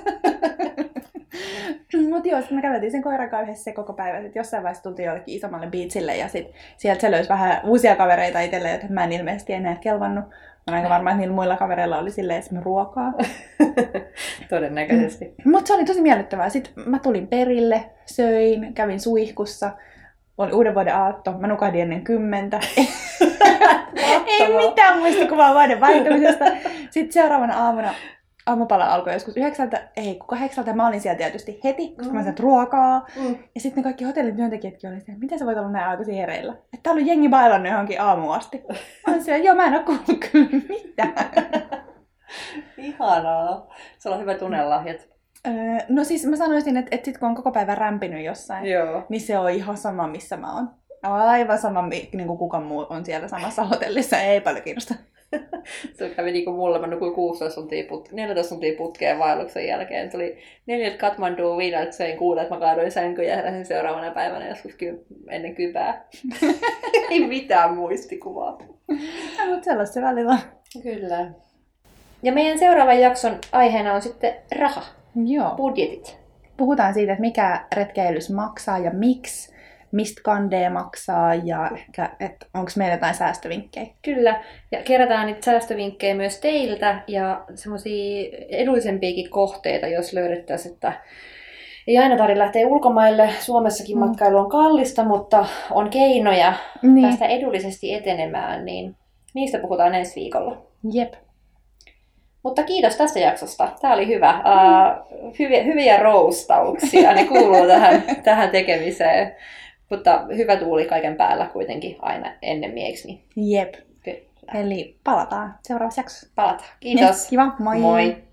Mutta joo, me käveltiin sen koiran kanssa yhdessä koko päivä. Sitten jossain vaiheessa tultiin jollekin isommalle beachille ja sit sieltä se löysi vähän uusia kavereita itselleen, joten mä en ilmeisesti enää kelvannut. Mä aika varma, että niillä muilla kavereilla oli silleen esimerkiksi ruokaa. Todennäköisesti. Mm. Mutta se oli tosi miellyttävää. Sitten mä tulin perille, söin, kävin suihkussa. Oli uuden vuoden aatto. Mä nukahdin ennen kymmentä. Ei mitään muistikuvaa vuoden vaihtumisesta. Sitten seuraavana aamuna aamupala alkoi joskus yhdeksältä, ei kun kahdeksalta. Mä olin siellä tietysti heti, koska mm. mä sain ruokaa. Mm. Ja sitten ne kaikki hotellin työntekijätkin oli siellä, miten sä voit olla näin aikaisin hereillä? Että täällä on jengi bailannut johonkin aamuun asti. Mä olin siellä, joo mä en oo kuullut kyllä mitään. Ihanaa. Se on hyvä tunnelahjat. Öö, no siis mä sanoisin, että, että sit kun on koko päivän rämpinyt jossain, joo. Niin se on ihan sama missä mä oon. Aivan sama, niin kuin kukaan muu on siellä samassa hotellissa, ei paljon kiinnosta. Se kävi niin kuin mulle, mä nukuin kuusitoista tuntia put- neljätoista tuntia putkeen vaelluksen jälkeen. Tuli neljältä Katmanduun, viideltä söin kuudelta, mä kaadoin sänkyyn ja heräsin seuraavana päivänä joskus ky- ennen kypää. Ei mitään muistikuvaa. Ja, mutta sellaista se välillä. Kyllä. Ja meidän seuraavan jakson aiheena on sitten raha. Joo. Budjetit. Puhutaan siitä, että mikä retkeilys maksaa ja miksi, mistä kandee maksaa ja ehkä, että onko meillä jotain säästövinkkejä. Kyllä, ja kerätään niitä säästövinkkejä myös teiltä ja semmoisia edullisempiakin kohteita, jos löydettäisiin, että ei aina tarvitse lähteä ulkomaille. Suomessakin mm. matkailu on kallista, mutta on keinoja niin. päästä edullisesti etenemään, niin niistä puhutaan ensi viikolla. Jep. Mutta kiitos tästä jaksosta. Tämä oli hyvä. Uh, hyviä, hyviä roustauksia. Ne kuuluu tähän, tähän tekemiseen. Mutta hyvä tuuli kaiken päällä kuitenkin aina ennen mieksi. Jep. Kyllä. Eli palataan seuraavassa jaksossa. Palataan. Kiitos. Yes, kiva. Moi. Moi.